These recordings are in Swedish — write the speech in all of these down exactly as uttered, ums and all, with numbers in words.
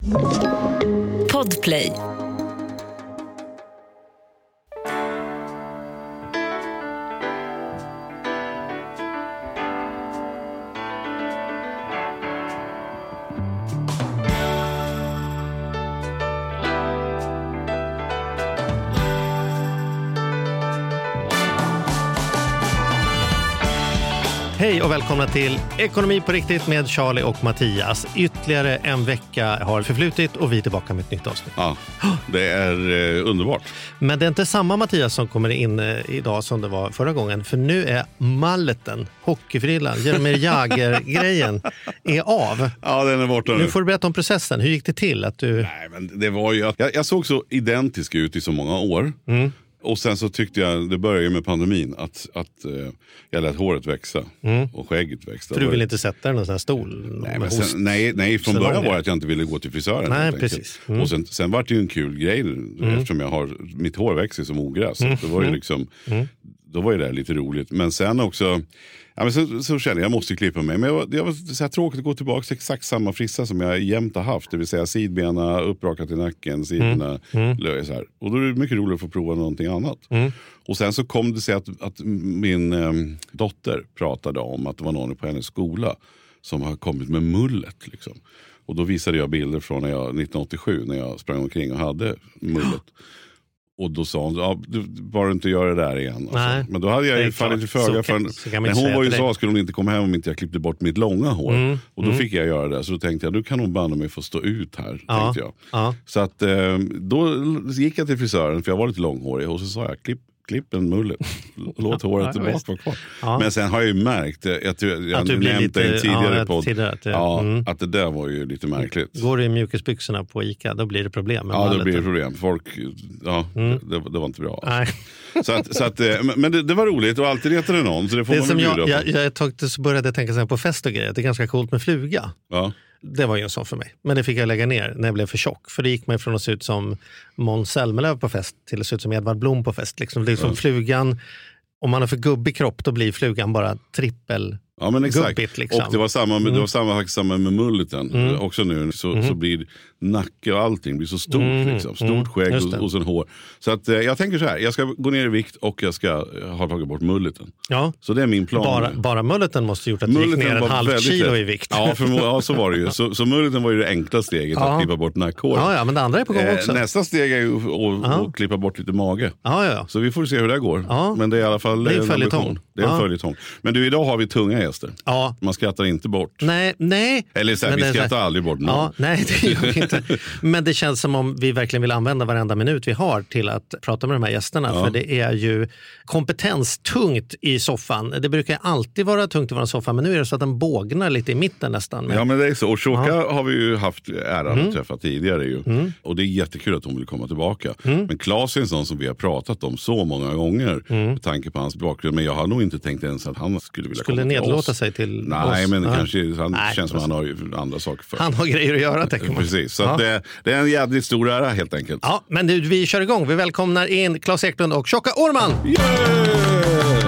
Podplay. Hej och välkomna till Ekonomi på riktigt med Charlie och Mattias. Ytterligare en vecka har förflutit och vi är tillbaka med ett nytt avsnitt. Ja, det är eh, underbart. Men det är inte samma Mattias som kommer in eh, idag som det var förra gången. För nu är malleten, hockeyfrillan, Jaromir Jagr-grejen är av. Ja, den är borta nu. Nu får du berätta om processen. Hur gick det till att du... Nej, men det var ju att jag, jag såg så identisk ut i så många år. Mm. Och sen så tyckte jag, det började med pandemin, att, att eh, jag lät håret växa mm. och skägget växa. För du ville inte sätta dig i någon sån här stol? Nej, men sen, nej, nej, från början var det att jag inte ville gå till frisören. Nej, precis. Mm. Och sen, sen var det ju en kul grej mm. eftersom jag har, mitt hår växer som ogräs. Mm. Så det var ju liksom, mm. då var ju det lite roligt. Men sen också... Ja, men så, så kände jag, jag måste klippa mig. Men jag, det var så här tråkigt att gå tillbaka till exakt samma frissa som jag jämt har haft. Det vill säga sidbena, upprakat i nacken, sidorna, mm. löj så här. Och då är det mycket roligt att få prova någonting annat. Mm. Och sen så kom det sig att, att min eh, dotter pratade om att det var någon på hennes skola som har kommit med mullet liksom. Och då visade jag bilder från när jag, nittonhundraåttiosju när jag sprang omkring och hade mullet. Och då sa hon, ja, du bara inte göra det där igen. Alltså. Men då hade jag ju fallit till föga. För när hon var i U S A skulle hon inte komma hem om inte jag klippte bort mitt långa hår. Mm. Och då mm. fick jag göra det. Så då tänkte jag, du kan nog banna mig få stå ut här. Ja. Tänkte jag. Ja. Så att eh, då gick jag till frisören, för jag var lite långhårig. Och så sa jag, klipp. Klipp en mullet. Låt håret ja, tillbaka vara kvar. Ja. Men sen har jag ju märkt, jag, jag, jag att du blir nämnde lite, en tidigare ja, podd, tidigare, att, ja, mm. att det där var ju lite märkligt. Går du i mjukisbyxorna på Ica, då blir det problem. Ja, då blir det problem. Folk, ja, mm. det, det var inte bra. Nej. Så att, så att, men det, det var roligt och alltid retade någon, så det får det man som jag, jag, jag, jag tog, så började jag tänka på fest och grejer. Det är ganska coolt med fluga. Ja. Det var ju en sån för mig. Men det fick jag lägga ner när jag blev för tjock. För det gick mig från att se ut som Måns Zelmerlöw på fest till att se ut som Edvard Blom på fest. Liksom. Det är som ja. flugan, om man har för gubbig kropp då blir flugan bara trippel. Ja, men exakt. Gubbigt, liksom. Och det var samma med, mm. det var samma, samma med mulleten. Mm. Också nu så, mm. så blir nacke och allting blir så stort. Mm. Liksom. Stort mm. skägg och, och sen hår. Så att, eh, jag tänker så här, jag ska gå ner i vikt och jag ska ha tagit bort mulleten. Ja. Så det är min plan. Bara, bara mulleten måste gjort att du gick ner en halv kilo i vikt. Ja, för, ja, så var det ju. Så, så mulleten var ju det enkla steget ja. att klippa bort nackhåret. Ja, ja, men det andra är på gång också. Eh, nästa steg är ju att, att, att klippa bort lite mage. Ja, ja. Så vi får se hur det går. Ja. Men det är i alla fall det är en följetong. Det är en ja. följetong. Men du, idag har vi tunga gäster. Ja. Man skrattar inte bort. Nej, nej. Eller så här, vi skrattar här... aldrig bort någon. Ja, nej, det gör vi inte. Men det känns som om vi verkligen vill använda varenda minut vi har till att prata med de här gästerna. Ja. För det är ju kompetenstungt i soffan. Det brukar alltid vara tungt i vår soffa, men nu är det så att den bågnar lite i mitten nästan. Ja, men det är så. Och Shoka ja. har vi ju haft äran mm. att träffa tidigare ju. Mm. Och det är jättekul att hon vill komma tillbaka. Mm. Men Claes är en sån som vi har pratat om så många gånger mm. med tanke på hans bakgrund. Men jag har nog inte tänkt ens att han skulle vilja skulle komma till oss. Skulle nedlåta sig till Nej, oss. men ja. kanske han Nej, känns som han har ju andra saker för. Han har grejer att göra, tänker man. Precis, så ja. att det, det är en jävligt stor ära helt enkelt. Ja, men nu, vi kör igång. Vi välkomnar in Claes Eklund och Shoka Årman. Yeah!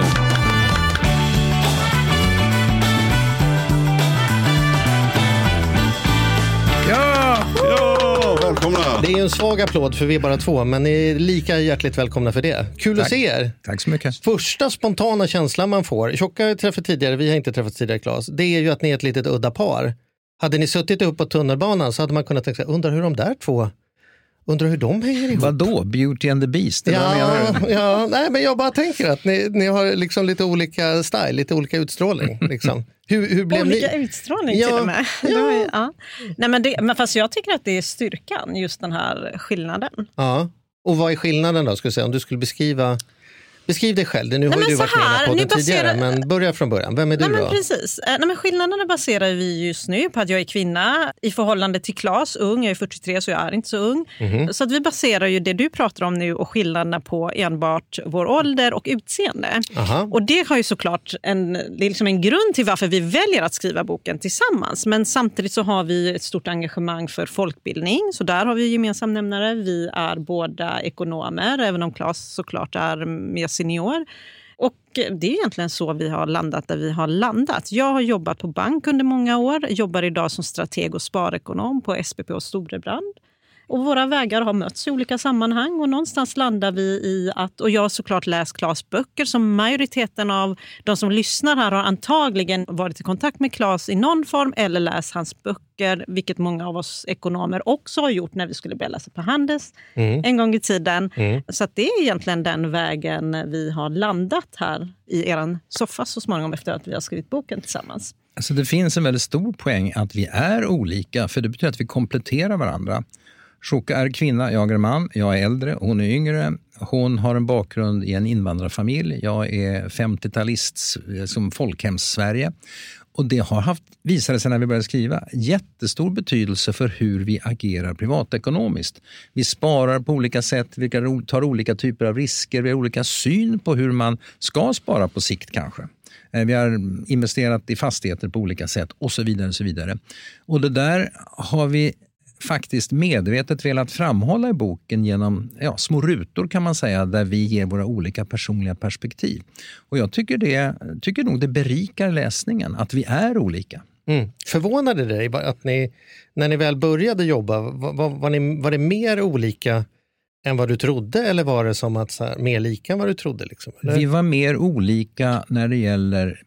Ja! Ja, välkomna! Det är ju en svag applåd för vi är bara två, men ni är lika hjärtligt välkomna för det. Kul Tack. att se er. Tack så mycket. Första spontana känslan man får, Shoka har träffat tidigare, vi har inte träffat tidigare Claes, det är ju att ni är ett litet udda par. Hade ni suttit upp på tunnelbanan så hade man kunnat tänka, undrar hur de där två Undrar hur de hänger ihop. Vadå? Beauty and the Beast? Ja, ja, nej, men jag bara tänker att ni, ni har liksom lite olika style, lite olika utstrålning. Liksom. Hur, hur blev olika ni? utstrålning ja, till och med. Ja. ja. Nej, men, det, men fast jag tycker att det är styrkan, just den här skillnaden. Ja, och vad är skillnaden då, skulle jag säga, om du skulle beskriva... Beskriv dig själv. Nu Nej, har ju du varit med på den baserar... tidigare, men börja från början. Vem är du Nej, men då? Precis. Nej, men skillnaderna baserar vi just nu på att jag är kvinna i förhållande till Claes, ung. Jag är fyrtiotre så jag är inte så ung. Mm-hmm. Så att vi baserar ju det du pratar om nu och skillnaderna på enbart vår ålder och utseende. Aha. Och det har ju såklart en, det är liksom en grund till varför vi väljer att skriva boken tillsammans. Men samtidigt så har vi ett stort engagemang för folkbildning. Så där har vi gemensam nämnare. Vi är båda ekonomer, även om Claes såklart är mer senior. Och det är egentligen så vi har landat där vi har landat. Jag har jobbat på bank under många år, jobbar idag som strateg och sparekonom på S B P och Storebrand. Och våra vägar har mötts i olika sammanhang och någonstans landar vi i att, och jag har såklart läst Claes böcker som majoriteten av de som lyssnar här har antagligen varit i kontakt med Claes i någon form eller läst hans böcker, vilket många av oss ekonomer också har gjort när vi skulle börja läsa på Handels mm. en gång i tiden. Mm. Så att det är egentligen den vägen vi har landat här i eran soffa så småningom efter att vi har skrivit boken tillsammans. Alltså det finns en väldigt stor poäng att vi är olika, för det betyder att vi kompletterar varandra. Shoka är kvinna, jag är man, jag är äldre, hon är yngre. Hon har en bakgrund i en invandrarfamilj. Jag är femtiotalist som folkhems-Sverige. Och det har haft, visade sig när vi började skriva, jättestor betydelse för hur vi agerar privatekonomiskt. Vi sparar på olika sätt, vi tar olika typer av risker, vi har olika syn på hur man ska spara på sikt kanske. Vi har investerat i fastigheter på olika sätt och så vidare och så vidare. Och det där har vi faktiskt medvetet velat framhålla i boken genom ja, små rutor kan man säga, där vi ger våra olika personliga perspektiv. Och jag tycker, det, tycker nog det berikar läsningen att vi är olika. Mm. Förvånade det dig att ni, när ni väl började jobba, var, var, ni, var det mer olika än vad du trodde eller var det som att så här, mer lika än vad du trodde? Liksom, eller? Vi var mer olika när det gäller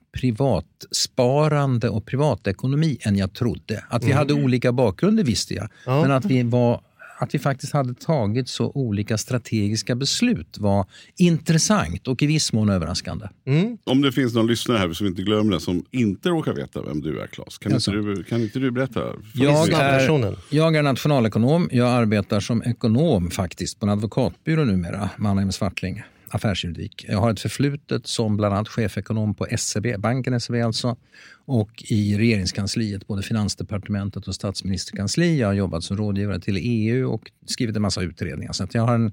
privatsparande och privatekonomi än jag trodde. Att vi mm. hade olika bakgrunder visste jag. Ja. Men att vi, var, att vi faktiskt hade tagit så olika strategiska beslut var intressant och i viss mån överraskande. Mm. Om det finns någon lyssnare här som inte glömmer det, som inte råkar veta vem du är, Claes. Kan, alltså. inte, du, kan inte du berätta? Jag är, jag är nationalekonom. Jag arbetar som ekonom faktiskt på en advokatbyrå numera, Mannheim Swartling. Affärsjuridik. Jag har ett förflutet som bland annat chefekonom på S E B, banken S E B alltså, och i regeringskansliet, både finansdepartementet och statsministerkansli. Jag har jobbat som rådgivare till E U och skrivit en massa utredningar. Så att jag har en,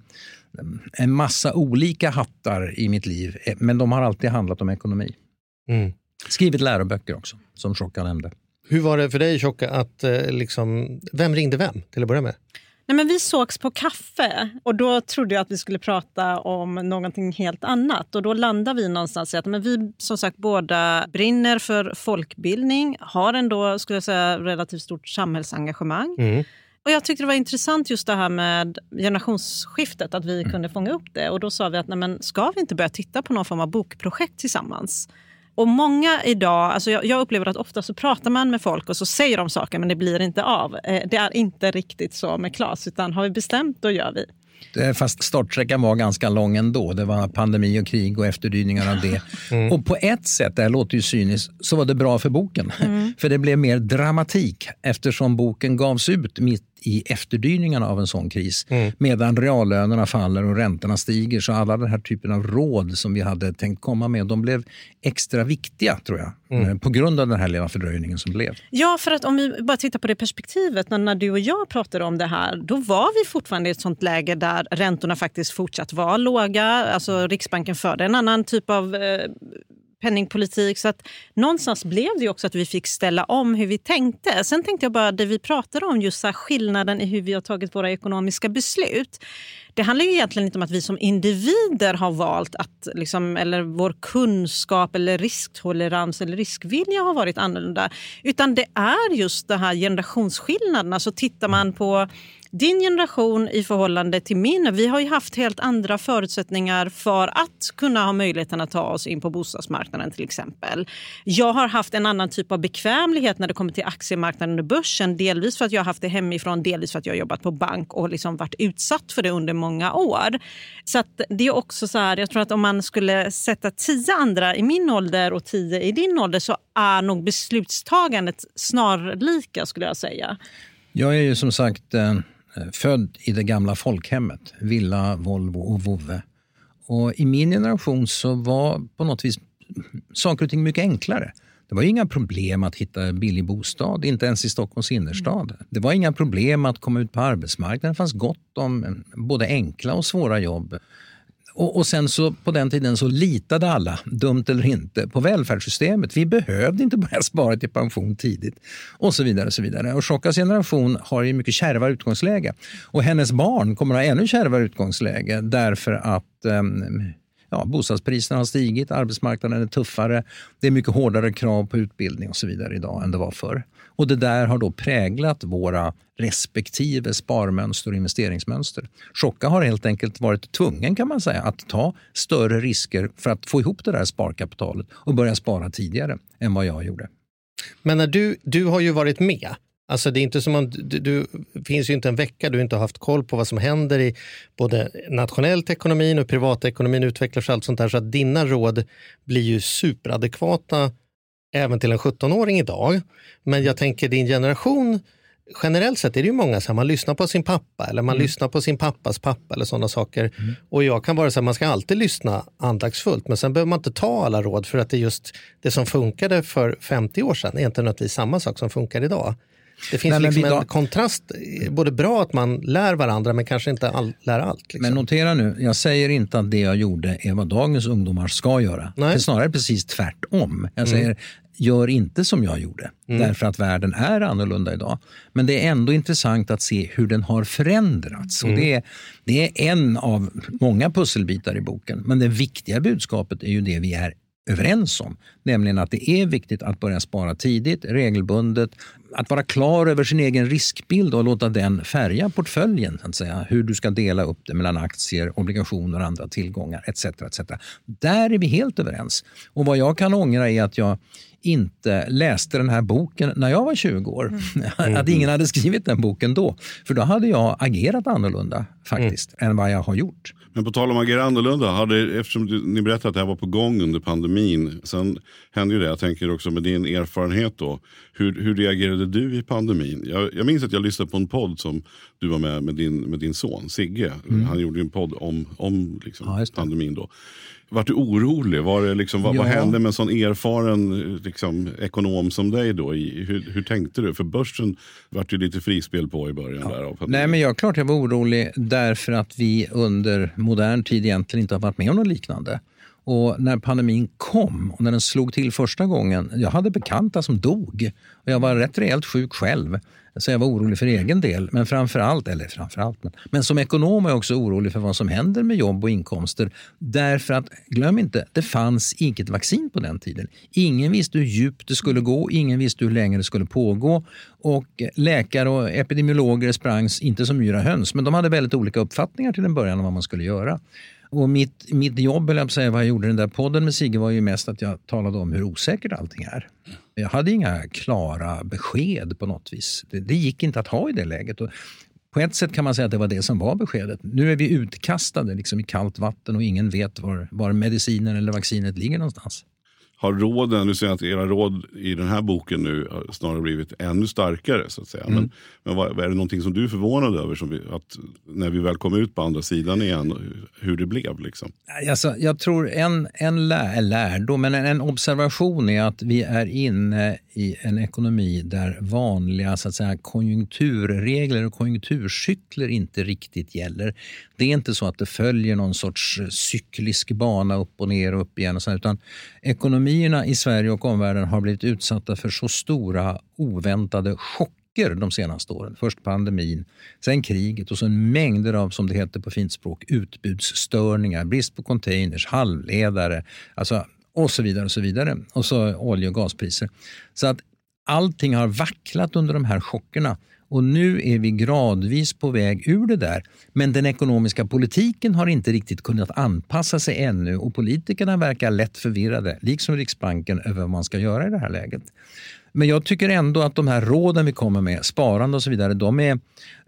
en massa olika hattar i mitt liv, men de har alltid handlat om ekonomi. Mm. Skrivit läroböcker också, som Shoka nämnde. Hur var det för dig, Shoka, att liksom, vem ringde vem till att börja med? Nej, men vi sågs på kaffe och då trodde jag att vi skulle prata om någonting helt annat. Och då landade vi någonstans i att men vi som sagt båda brinner för folkbildning, har ändå skulle jag säga relativt stort samhällsengagemang. Mm. Och jag tyckte det var intressant just det här med generationsskiftet, att vi kunde fånga upp det. Och då sa vi att nej, men ska vi inte börja titta på någon form av bokprojekt tillsammans? Och många idag, alltså jag, jag upplever att ofta så pratar man med folk och så säger de saker men det blir inte av. Eh, det är inte riktigt så med Claes, utan har vi bestämt då gör vi. Fast startsträckan var ganska lång ändå. Det var pandemi och krig och efterdyningar av det. Mm. Och på ett sätt, det här låter ju cyniskt, så var det bra för boken. Mm. För det blev mer dramatik eftersom boken gavs ut mitt i efterdyningarna av en sån kris. Mm. Medan reallönerna faller och räntorna stiger, så alla den här typen av råd som vi hade tänkt komma med, de blev extra viktiga tror jag. Mm. På grund av den här lilla fördröjningen som blev. Ja, för att om vi bara tittar på det perspektivet, när, när du och jag pratade om det här, då var vi fortfarande i ett sånt läge där räntorna faktiskt fortsatt var låga. Alltså Riksbanken förde en annan typ av eh, penningpolitik, så att någonstans blev det ju också att vi fick ställa om hur vi tänkte. Sen tänkte jag bara, det vi pratade om, just så här skillnaden i hur vi har tagit våra ekonomiska beslut. Det handlar ju egentligen inte om att vi som individer har valt att, liksom, eller vår kunskap eller risktolerans eller riskvilja har varit annorlunda. Utan det är just det här generationsskillnaderna. Så tittar man på din generation i förhållande till min. Vi har ju haft helt andra förutsättningar för att kunna ha möjligheten att ta oss in på bostadsmarknaden till exempel. Jag har haft en annan typ av bekvämlighet när det kommer till aktiemarknaden och börsen. Delvis för att jag har haft det hemifrån, delvis för att jag har jobbat på bank och liksom varit utsatt för det under många år. Så att det är också så här, jag tror att om man skulle sätta tio andra i min ålder och tio i din ålder, så är nog beslutstagandet snarlika skulle jag säga. Jag är ju som sagt eh, född i det gamla folkhemmet, Villa, Volvo och Vove. Och i min generation så var på något vis saker och ting mycket enklare. Det var inga problem att hitta billig bostad, inte ens i Stockholms innerstad. Det var inga problem att komma ut på arbetsmarknaden. Det fanns gott om både enkla och svåra jobb. Och, och sen så på den tiden så litade alla, dumt eller inte, på välfärdssystemet. Vi behövde inte börja spara till pension tidigt och så vidare och så vidare. Och Shokas generation har ju mycket kärvare utgångsläge. Och hennes barn kommer att ha ännu kärvare utgångsläge därför att um, ja, bostadspriserna har stigit, arbetsmarknaden är tuffare, det är mycket hårdare krav på utbildning och så vidare idag än det var förr. Och det där har då präglat våra respektive sparmönster och investeringsmönster. Chocka har helt enkelt varit tvungen, kan man säga, att ta större risker för att få ihop det där sparkapitalet och börja spara tidigare än vad jag gjorde. Men när du, du har ju varit med. Alltså det är inte som om du, du finns ju inte en vecka du inte har haft koll på vad som händer i både nationellt ekonomin och privatekonomin utvecklas och allt sånt där, så att dina råd blir ju superadekvata även till en sjuttonåring idag. Men jag tänker din generation, generellt sett är det ju många så här, man lyssnar på sin pappa eller man mm. lyssnar på sin pappas pappa eller sådana saker. Mm. Och jag kan vara så här, man ska alltid lyssna andaktsfullt, men sen behöver man inte ta alla råd för att det just det som funkade för femtio år sedan är inte nödvändigtvis samma sak som funkar idag. Det finns Nej, liksom en då... kontrast, både bra att man lär varandra men kanske inte all, lär allt. Liksom. Men notera nu, jag säger inte att det jag gjorde är vad dagens ungdomar ska göra. Nej. Det är snarare precis tvärtom. Jag säger, mm. gör inte som jag gjorde, mm. därför att världen är annorlunda idag. Men det är ändå intressant att se hur den har förändrats. Mm. Och det är, det är en av många pusselbitar i boken. Men det viktiga budskapet är ju det vi är överens om, nämligen att det är viktigt att börja spara tidigt, regelbundet, att vara klar över sin egen riskbild och låta den färga portföljen, så att säga, hur du ska dela upp det mellan aktier, obligationer och andra tillgångar et cetera et cetera. Där är vi helt överens. Och vad jag kan ångra är att jag inte läste den här boken när jag var tjugo år. Mm. Att ingen hade skrivit den boken då. För då hade jag agerat annorlunda faktiskt mm. än vad jag har gjort. Men på tal om att agera annorlunda, hade, eftersom du, ni berättade att det här var på gång under pandemin, sen hände ju det, jag tänker också med din erfarenhet då, hur, hur reagerade du i pandemin? Jag, jag minns att jag lyssnade på en podd som du var med med din, med din son Sigge. Mm. Han gjorde en podd om, om liksom, ja, pandemin då. Var du orolig? Var det liksom, vad, ja. vad hände med en sån erfaren liksom, ekonom som dig då? I, hur, hur tänkte du? För börsen var ju lite frispel på i början. Ja. Där. Nej, men jag klart jag var orolig därför att vi under modern tid egentligen inte har varit med om något liknande. Och när pandemin kom och när den slog till första gången, jag hade bekanta som dog och jag var rätt rejält sjuk själv. Så jag var orolig för egen del, men framförallt, eller framförallt, men, men som ekonom är jag också orolig för vad som händer med jobb och inkomster. Därför att, glöm inte, det fanns inget vaccin på den tiden. Ingen visste hur djupt det skulle gå, ingen visste hur länge det skulle pågå. Och läkare och epidemiologer sprangs inte som myra höns, men de hade väldigt olika uppfattningar till en början om vad man skulle göra. Och mitt, mitt jobb, eller jag säga vad jag gjorde i den där podden med Sigge, var ju mest att jag talade om hur osäkert allting är. Jag hade inga klara besked på något vis. Det, det gick inte att ha i det läget. Och på ett sätt kan man säga att det var det som var beskedet. Nu är vi utkastade liksom i kallt vatten och ingen vet var, var medicinen eller vaccinet ligger någonstans. Har råden, du säger att era råd i den här boken nu har snarare blivit ännu starkare så att säga. Mm. Men, men vad, är det någonting som du är förvånad över som vi, att när vi väl kom ut på andra sidan igen, hur det blev liksom? Alltså, jag tror en, en lär, lärdom, men en, en observation är att vi är inne i en ekonomi där vanliga så att säga, konjunkturregler och konjunkturcykler inte riktigt gäller. Det är inte så att det följer någon sorts cyklisk bana upp och ner och upp igen och så, utan ekonomierna i Sverige och omvärlden har blivit utsatta för så stora oväntade chocker de senaste åren. Först pandemin, sen kriget och så en mängder av, som det heter på fint språk, utbudsstörningar, brist på containers, halvledare, alltså och så vidare och så vidare. Och så olje- och gaspriser. Så att allting har vacklat under de här chockerna. Och nu är vi gradvis på väg ur det där. Men den ekonomiska politiken har inte riktigt kunnat anpassa sig ännu. Och politikerna verkar lätt förvirrade, liksom Riksbanken, över vad man ska göra i det här läget. Men jag tycker ändå att de här råden vi kommer med, sparande och så vidare, de är,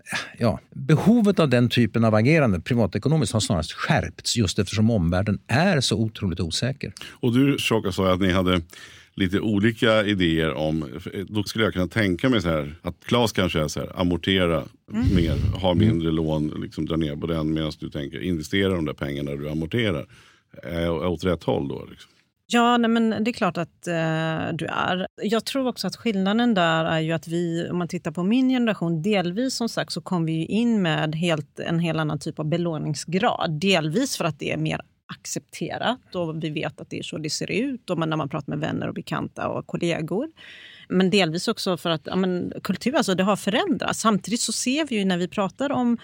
ja, behovet av den typen av agerande privatekonomiskt har snarast skärpts just eftersom omvärlden är så otroligt osäker. Och du, Chocka, sa att ni hade lite olika idéer om, då skulle jag kunna tänka mig så här, att Claes kanske är så här, amortera mm. mer, ha mindre mm. lån, liksom dra ner på den, medan du tänker investera de där pengarna du amorterar. Är åt rätt håll då liksom? Ja, nej, men det är klart att eh, du är. Jag tror också att skillnaden där är ju att vi, om man tittar på min generation, delvis som sagt så kom vi ju in med helt, en helt annan typ av belåningsgrad. Delvis för att det är mer accepterat och vi vet att det är så det ser ut och när man pratar med vänner och bekanta och kollegor. Men delvis också för att ja, men, kultur, alltså det har förändrats. Samtidigt så ser vi ju när vi pratar om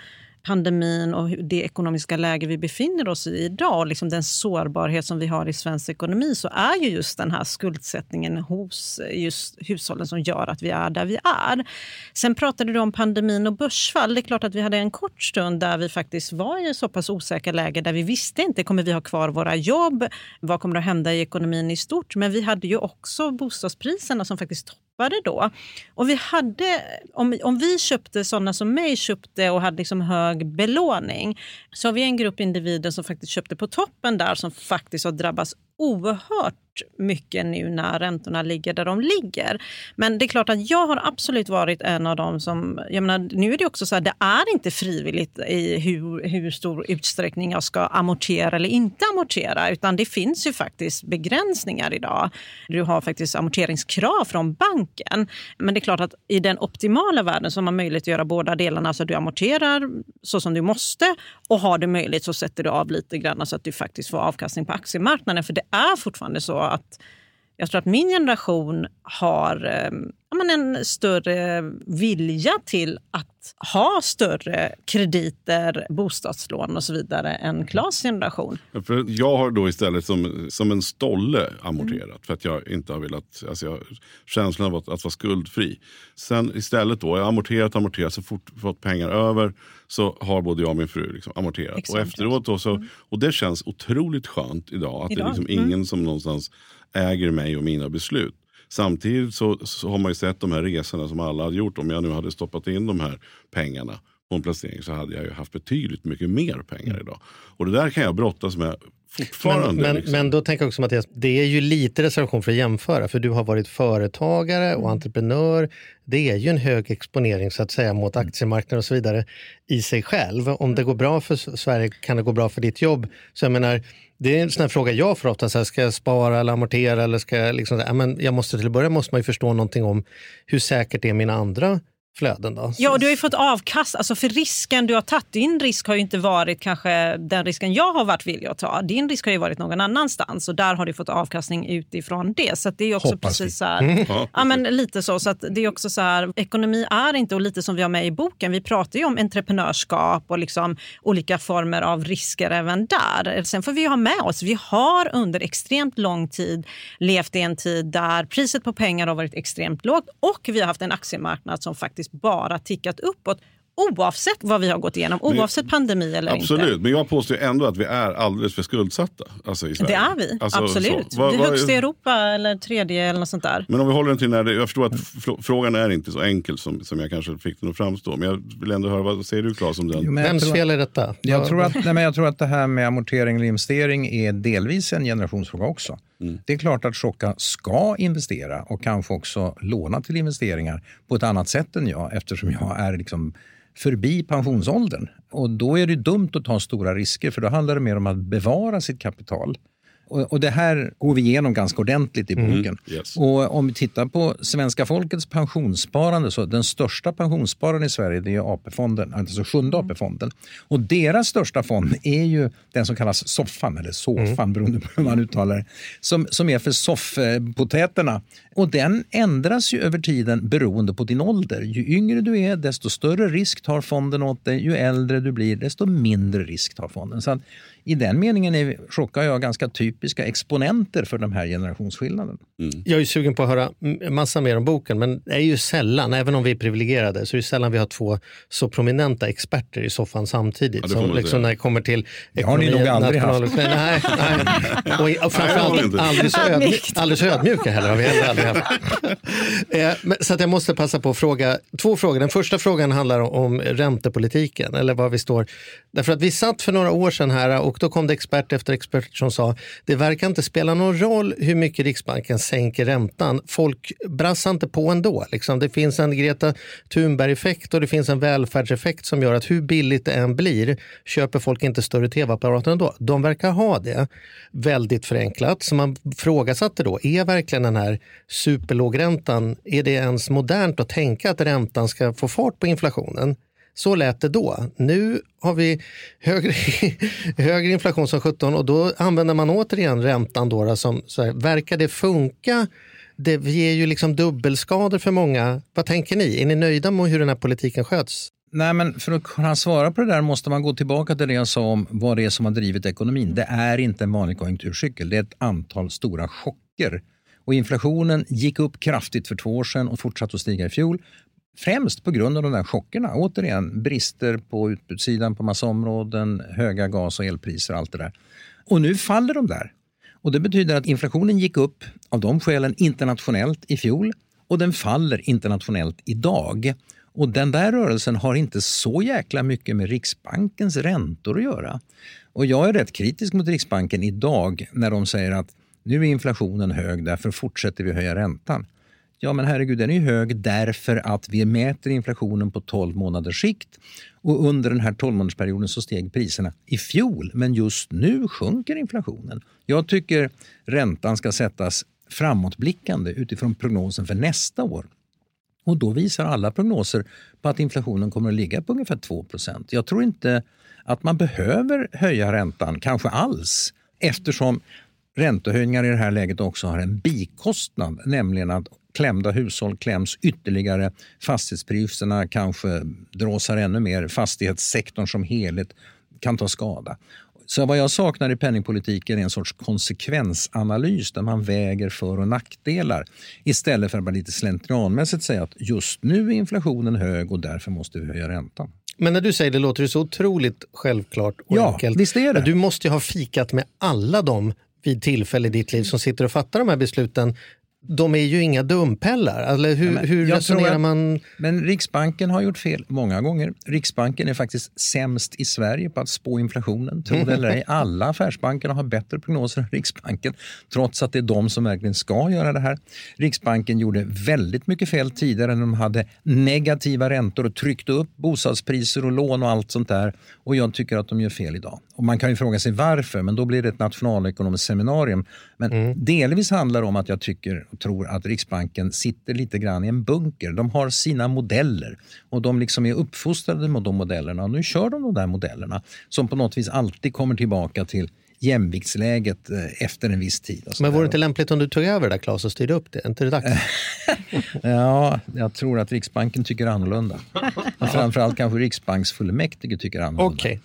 pandemin och det ekonomiska läge vi befinner oss i idag och liksom den sårbarhet som vi har i svensk ekonomi, så är ju just den här skuldsättningen hos just hushållen som gör att vi är där vi är. Sen pratade du om pandemin och börsfall. Det är klart att vi hade en kort stund där vi faktiskt var i så pass osäkra läge där vi visste inte, kommer vi ha kvar våra jobb? Vad kommer att hända i ekonomin i stort? Men vi hade ju också bostadspriserna som faktiskt toppade då. Och vi hade, om, om vi köpte, sådana som mig köpte och hade liksom hög belåning, så har vi en grupp individer som faktiskt köpte på toppen där som faktiskt har drabbats oerhört mycket nu när räntorna ligger där de ligger. Men det är klart att jag har absolut varit en av dem som, jag menar, nu är det också så här, det är inte frivilligt i hur, hur stor utsträckning jag ska amortera eller inte amortera, utan det finns ju faktiskt begränsningar idag. Du har faktiskt amorteringskrav från banken, men det är klart att i den optimala världen så har man möjlighet att göra båda delarna, alltså du amorterar så som du måste och har det möjligt så sätter du av lite grann så att du faktiskt får avkastning på aktiemarknaden, för det är fortfarande så att jag tror att min generation har eh, en större vilja till att ha större krediter, bostadslån och så vidare än Klas generation. För jag har då istället som, som en stolle amorterat mm. för att jag inte har velat, alltså jag, känslan av att, att vara skuldfri. Sen istället då, jag har amorterat, amorterat, så fort fått pengar över så har både jag och min fru liksom amorterat. Exakt. Och efteråt då så, mm. och det känns otroligt skönt idag att idag? det är liksom ingen mm. som någonstans äger mig och mina beslut. Samtidigt så, så har man ju sett de här resorna som alla hade gjort. Om jag nu hade stoppat in de här pengarna på en placering så hade jag ju haft betydligt mycket mer pengar idag. Och det där kan jag brottas med fortfarande. Men, men, liksom. men då tänker jag också, Mattias, det är ju lite reservation för att jämföra. För du har varit företagare och entreprenör. Det är ju en hög exponering så att säga mot aktiemarknaden och så vidare i sig själv. Om det går bra för Sverige kan det gå bra för ditt jobb. Så jag menar, det är en sån här fråga jag får ofta, så här, ska jag spara eller amortera eller ska jag liksom, ja, men jag måste till att börja måste man ju förstå någonting om hur säkert är mina andra flöden då. Ja, och du har ju fått avkast, alltså för risken du har tagit, din risk har ju inte varit kanske den risken jag har varit villig att ta. Din risk har ju varit någon annanstans och där har du fått avkastning utifrån det. Så att det är ju också Hoppas precis vi. så här, mm. ja men lite så, så att det är också så här, ekonomi är inte, och lite som vi har med i boken, vi pratar ju om entreprenörskap och liksom olika former av risker även där. Sen får vi ju ha med oss, vi har under extremt lång tid levt i en tid där priset på pengar har varit extremt lågt och vi har haft en aktiemarknad som faktiskt bara tickat uppåt oavsett vad vi har gått igenom, oavsett pandemi eller absolut, inte. Absolut, men jag påstår ändå att vi är alldeles för skuldsatta. Alltså i Sverige. Det är vi, alltså, absolut. Vad, vi är vad, högst i Europa eller tredje eller något sånt där. Men om vi håller den till när det, jag förstår att f- frågan är inte så enkel som, som jag kanske fick den att framstå. Men jag vill ändå höra, vad säger du Klas om den? Jo, Vems fel är detta? Jag tror, att, nej, men jag tror att det här med amortering eller investering är delvis en generationsfråga också. Mm. Det är klart att Tjocka ska investera och kanske också låna till investeringar på ett annat sätt än jag, eftersom jag är liksom förbi pensionsåldern. Och då är det dumt att ta stora risker, för då handlar det mer om att bevara sitt kapital. Och, och det här går vi igenom ganska ordentligt i boken. Mm, yes. Och om vi tittar på svenska folkets pensionssparande, så den största pensionsspararen i Sverige, det är A P-fonden, alltså sjunde A P-fonden. Och deras största fond är ju den som kallas soffan, eller soffan mm. beroende på hur man uttalar det, som, som är för soffpotäterna. Och den ändras ju över tiden beroende på din ålder. Ju yngre du är, desto större risk tar fonden åt dig. Ju äldre du blir, desto mindre risk tar fonden. Så att i den meningen är Tjocka och jag ganska typiska exponenter för de här generationsskillnaden. Mm. Jag är ju sugen på att höra massa mer om boken, men det är ju sällan, även om vi är privilegierade, så är det sällan vi har två så prominenta experter i soffan samtidigt. Ja, som liksom när det kommer till ekonomi. Det har ni nog aldrig national... haft. Nej, nej. Och, och framförallt aldrig så, ödmjuk, aldrig så ödmjuka heller har vi heller aldrig haft. eh, så att jag måste passa på att fråga två frågor. Den första frågan handlar om räntepolitiken, eller vad vi står. Därför att vi satt för några år sedan här och då kom det expert efter expert som sa det verkar inte spela någon roll hur mycket Riksbanken sänker räntan. Folk brassar inte på ändå. Liksom. Det finns en Greta Thunberg-effekt och det finns en välfärdseffekt som gör att hur billigt det än blir köper folk inte större tv-apparater ändå. De verkar ha det väldigt förenklat. Så man frågasatte då, är verkligen den här superlågräntan, är det ens modernt att tänka att räntan ska få fart på inflationen? Så lät det då. Nu har vi högre, högre inflation som sjutton och då använder man återigen räntan då, då som så här, verkar det funka? Det ger ju liksom dubbelskador för många. Vad tänker ni? Är ni nöjda med hur den här politiken sköts? Nej, men för att kunna svara på det där måste man gå tillbaka till det jag sa om vad det är som har drivit ekonomin. Det är inte en vanlig konjunkturcykel, det är ett antal stora chocker. Och inflationen gick upp kraftigt för två år sedan och fortsatte att stiga i fjol. Främst på grund av de där chockerna. Återigen, brister på utbudssidan på massa områden, höga gas- och elpriser och allt det där. Och nu faller de där. Och det betyder att inflationen gick upp av de skälen internationellt i fjol och den faller internationellt idag. Och den där rörelsen har inte så jäkla mycket med Riksbankens räntor att göra. Och jag är rätt kritisk mot Riksbanken idag när de säger att nu är inflationen hög, därför fortsätter vi höja räntan. Ja, men herregud, den är ju hög därför att vi mäter inflationen på tolv månaders sikt. Och under den här tolv månadersperioden så steg priserna i fjol. Men just nu sjunker inflationen. Jag tycker räntan ska sättas framåtblickande utifrån prognosen för nästa år. Och då visar alla prognoser på att inflationen kommer att ligga på ungefär två procent. Jag tror inte att man behöver höja räntan, kanske alls, eftersom räntehöjningar i det här läget också har en bikostnad, nämligen att klämda hushåll kläms ytterligare, fastighetspriserna kanske dråsar ännu mer, fastighetssektorn som helhet kan ta skada. Så vad jag saknar i penningpolitiken är en sorts konsekvensanalys där man väger för- och nackdelar istället för att bara lite slentrianmässigt säga att just nu är inflationen hög och därför måste vi höja räntan. Men när du säger det låter det så otroligt självklart och ja, enkelt. Visst är det. Men du måste ju ha fikat med alla dem vid tillfälle i ditt liv som sitter och fattar de här besluten. De är ju inga dumpellar. Eller hur, ja, hur resonerar att, man? Men Riksbanken har gjort fel många gånger. Riksbanken är faktiskt sämst i Sverige på att spå inflationen. Tror det eller ej. Alla affärsbankerna har bättre prognoser än Riksbanken. Trots att det är de som verkligen ska göra det här. Riksbanken gjorde väldigt mycket fel tidigare när de hade negativa räntor och tryckte upp bostadspriser och lån och allt sånt där. Och jag tycker att de gör fel idag. Och man kan ju fråga sig varför, men då blir det ett nationalekonomiskt seminarium. Men mm. delvis handlar det om att jag tycker och tror att Riksbanken sitter lite grann i en bunker. De har sina modeller och de liksom är uppfostrade med de modellerna. Och nu kör de de där modellerna som på något vis alltid kommer tillbaka till jämviktsläget efter en viss tid. Men vore det inte lämpligt om du tog över där, Claes, och styrde upp det? Är inte det dags? Ja, jag tror att Riksbanken tycker annorlunda. Och framförallt kanske Riksbanksfullmäktige tycker annorlunda. Okej.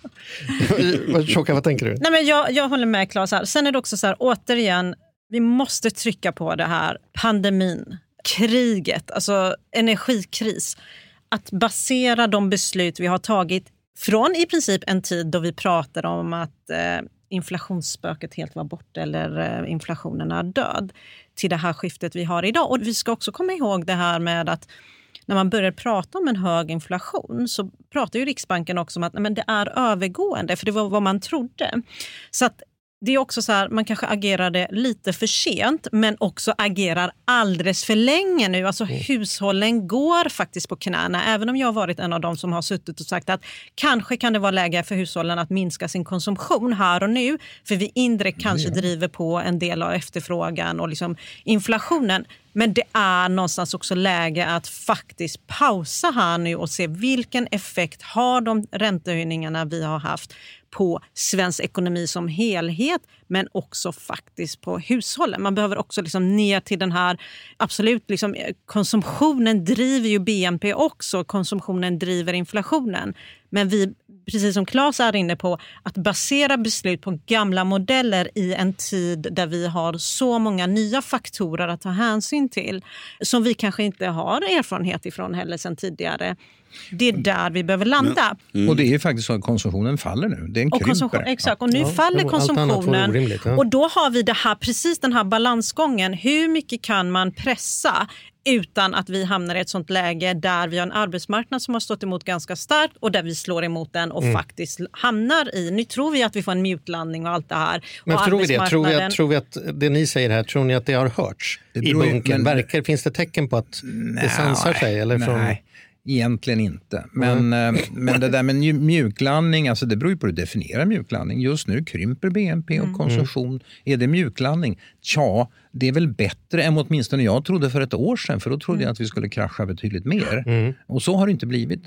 Okay. Tjocka, vad tänker du? Nej, men jag, jag håller med Claes här. Sen är det också så här, återigen, vi måste trycka på det här pandemin, kriget, alltså energikris. Att basera de beslut vi har tagit från i princip en tid då vi pratade om att eh, inflationsspöket helt var borta eller eh, inflationen är död till det här skiftet vi har idag. Och vi ska också komma ihåg det här med att när man börjar prata om en hög inflation så pratar ju Riksbanken också om att nej, men det är övergående, för det var vad man trodde. Så att det är också så här, man kanske agerade lite för sent men också agerar alldeles för länge nu. Alltså mm. hushållen går faktiskt på knäna. Även om jag har varit en av dem som har suttit och sagt att kanske kan det vara läge för hushållen att minska sin konsumtion här och nu. För vi indirekt kanske mm. driver på en del av efterfrågan och liksom inflationen. Men det är någonstans också läge att faktiskt pausa här nu och se vilken effekt har de räntehöjningarna vi har haft på svensk ekonomi som helhet, men också faktiskt på hushållen. Man behöver också liksom ner till den här, absolut, liksom, konsumtionen driver ju B N P också, konsumtionen driver inflationen. Men vi, precis som Claes är inne på, att basera beslut på gamla modeller i en tid där vi har så många nya faktorer att ta hänsyn till som vi kanske inte har erfarenhet ifrån heller sedan tidigare. Det är där vi behöver landa. Mm. Och det är faktiskt så att konsumtionen faller nu. Det är en krymper. Exakt, och nu ja. faller konsumtionen. Orimligt, ja. Och då har vi det här, precis den här balansgången. Hur mycket kan man pressa utan att vi hamnar i ett sånt läge där vi har en arbetsmarknad som har stått emot ganska starkt och där vi slår emot den och mm. faktiskt hamnar i. Nu tror vi att vi får en mjuklandning och allt det här. Men tror vi det? Tror vi, att, tror vi att det ni säger här, tror ni att det har hörts det i bunkern? Men... Verkar, finns det tecken på att nej, det sansar sig? Eller från... Nej. Egentligen inte. Men, mm. men det där med mjuklandning, alltså det beror ju på hur du definierar mjuklandning. Just nu krymper B N P och konsumtion. Mm. Är det mjuklandning? Tja, det är väl bättre än åtminstone jag trodde för ett år sedan. För då trodde mm. jag att vi skulle krascha betydligt mer. Mm. Och så har det inte blivit.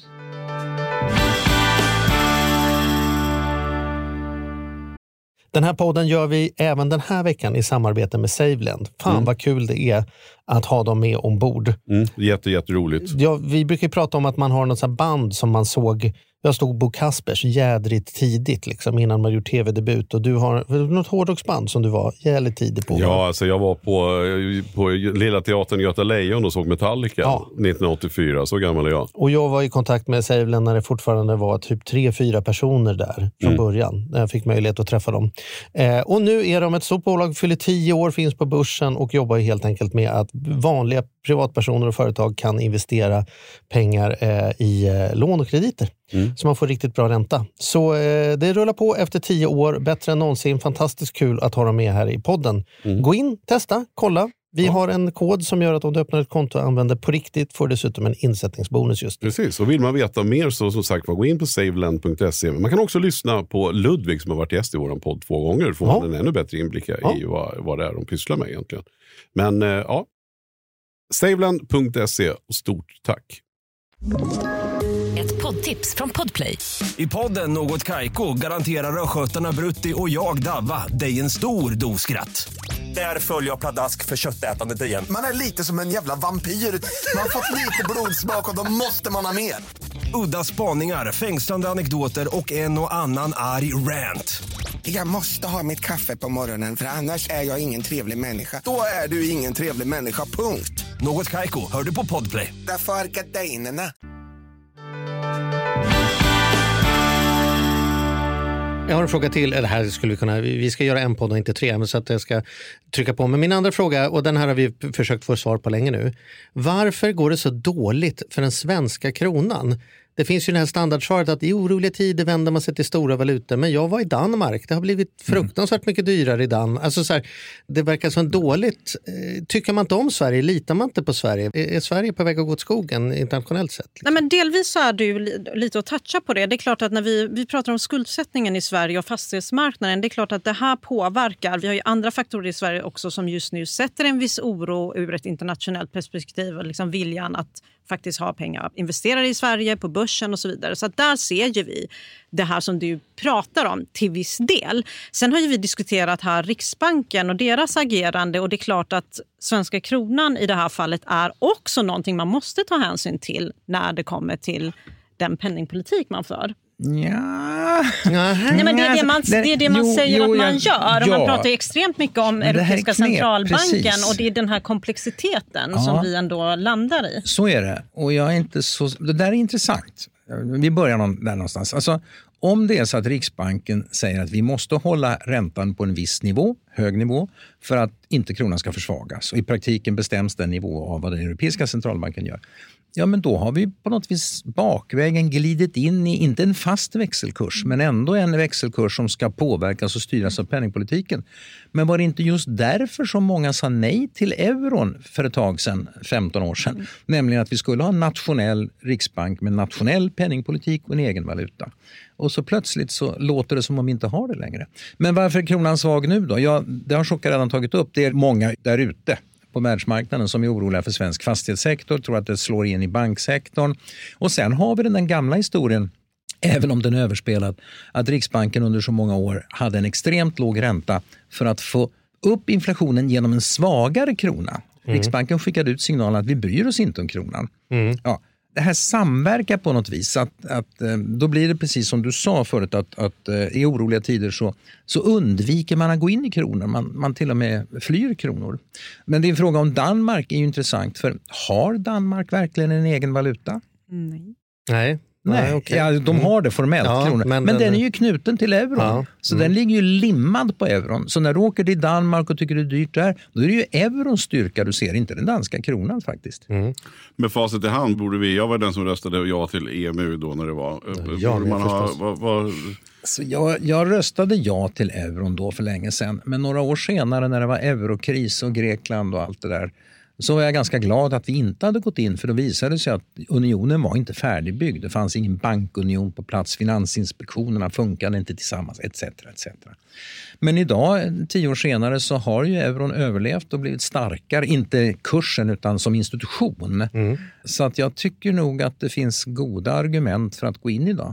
Den här podden gör vi även den här veckan i samarbete med SaveLend. Fan mm. vad kul det är att ha dem med ombord. Mm, jätte, jätteroligt. Ja, vi brukar prata om att man har något sånt band som man såg. Jag stod Bo Kaspers jädrigt tidigt liksom, innan man gjort tv-debut. Och du har något hårdrocksband som du var jävligt tidig på. Ja, alltså jag var på, på Lilla Teatern Göta Lejon och såg Metallica ja. nittonhundraåttiofyra, så gammal är jag. Och jag var i kontakt med SaveLend när det fortfarande var typ tre, fyra personer där från mm. början. När jag fick möjlighet att träffa dem. Eh, och nu är de ett stort bolag, fyller tio år, finns på börsen och jobbar helt enkelt med att vanliga privatpersoner och företag kan investera pengar eh, i eh, lån och krediter. Mm. Så man får riktigt bra ränta. Så eh, det rullar på efter tio år, bättre än någonsin. Fantastiskt kul att ha dem med här i podden. Mm. Gå in, testa, kolla. Vi ja. har en kod som gör att om du öppnar ett konto och använder på riktigt får dessutom en insättningsbonus just nu. Precis, och vill man veta mer så som sagt gå in på saveland punkt se. Man kan också lyssna på Ludvig som har varit gäst i vår podd två gånger. Får ja. man en ännu bättre inblick ja. i vad, vad det är de pysslar med egentligen. Men eh, ja, saveland punkt se och stort tack. Ett poddtips från Podplay. I podden Något Kaiko garanterar röskötarna Brutti och jag Davva dig en stor doskratt. Där följer jag pladask för köttätandet igen. Man är lite som en jävla vampyr. Man har fått lite blodsmak och då måste man ha mer. Udda spaningar, fängslande anekdoter och en och annan arg rant. Jag måste ha mitt kaffe på morgonen för annars är jag ingen trevlig människa. Då är du ingen trevlig människa, punkt. Något Kaiko, hör du på Podplay. Därför är gardinerna. Jag har en fråga till. Det här skulle vi kunna, vi ska göra en podd och inte tre, men så att jag ska trycka på. Men min andra fråga, och den här har vi försökt få svar på länge nu. Varför går det så dåligt för den svenska kronan? Det finns ju det här standardsvaret att i oroliga tider vänder man sig till stora valutor. Men jag var i Danmark. Det har blivit fruktansvärt mycket dyrare i Danmark. Alltså så här, det verkar som dåligt. Tycker man inte om Sverige? Litar man inte på Sverige? Är Sverige på väg att gå åt skogen internationellt sett? Nej, men delvis så är du lite att toucha på det. Det är klart att när vi, vi pratar om skuldsättningen i Sverige och fastighetsmarknaden. Det är klart att det här påverkar. Vi har ju andra faktorer i Sverige också som just nu sätter en viss oro ur ett internationellt perspektiv. Och liksom viljan att faktiskt ha pengar investerade i Sverige på börsen och så vidare. Så att där ser ju vi det här som du pratar om till viss del. Sen har ju vi diskuterat här Riksbanken och deras agerande och det är klart att svenska kronan i det här fallet är också någonting man måste ta hänsyn till när det kommer till den penningpolitik man för. Ja. Nej, men det är det man, det är det man jo, säger jo, att man gör. Och ja. Man pratar ju extremt mycket om Europeiska centralbanken precis. Och det är den här komplexiteten ja. Som vi ändå landar i. Så är det. Och jag är inte så... Det där är intressant. Vi börjar någon, där någonstans. Alltså, om det är så att Riksbanken säger att vi måste hålla räntan på en viss nivå, hög nivå, för att inte kronan ska försvagas. Och i praktiken bestäms den nivå av vad den Europeiska centralbanken gör. Ja, men då har vi på något vis bakvägen glidit in i, inte en fast växelkurs, men ändå en växelkurs som ska påverkas och styras av penningpolitiken. Men var det inte just därför som många sa nej till euron för ett tag sedan, femton år sedan? Mm. Nämligen att vi skulle ha en nationell riksbank med nationell penningpolitik och en egen valuta. Och så plötsligt så låter det som om vi inte har det längre. Men varför är kronan svag nu då? Ja, det har Jocke redan tagit upp. Det är många där ute på världsmarknaden som är oroliga för svensk fastighetssektor, tror att det slår in i banksektorn. Och sen har vi den, den gamla historien, även om den är överspelad, att Riksbanken under så många år hade en extremt låg ränta för att få upp inflationen genom en svagare krona. Mm. Riksbanken skickade ut signalen att vi bryr oss inte om kronan. Mm. Ja. Det här samverkar på något vis. Att, att, då blir det precis som du sa förut att, att i oroliga tider så, så undviker man att gå in i kronor. Man, man till och med flyr kronor. Men din fråga om Danmark är ju intressant. För har Danmark verkligen en egen valuta? Nej. Nej. Nej, Nej okay. ja, de har det formellt, ja, kronor. Men, men den, den är ju knuten till euron. Ja, så mm. den ligger ju limmad på euron. Så när du åker till Danmark och tycker det är dyrt där, då är det ju eurons styrka du ser, inte den danska kronan faktiskt. Mm. Med facit i hand borde vi, jag var den som röstade ja till E M U då när det var. Ja, man ha, var, var... Så jag, jag röstade ja till euron då för länge sedan. Men några år senare när det var eurokris och Grekland och allt det där, så var jag ganska glad att vi inte hade gått in, för då visade det sig att unionen var inte färdigbyggd. Det fanns ingen bankunion på plats, finansinspektionerna funkade inte tillsammans, et cetera et cetera. Men idag, tio år senare, så har ju euron överlevt och blivit starkare, inte kursen utan som institution. Mm. Så att jag tycker nog att det finns goda argument för att gå in idag.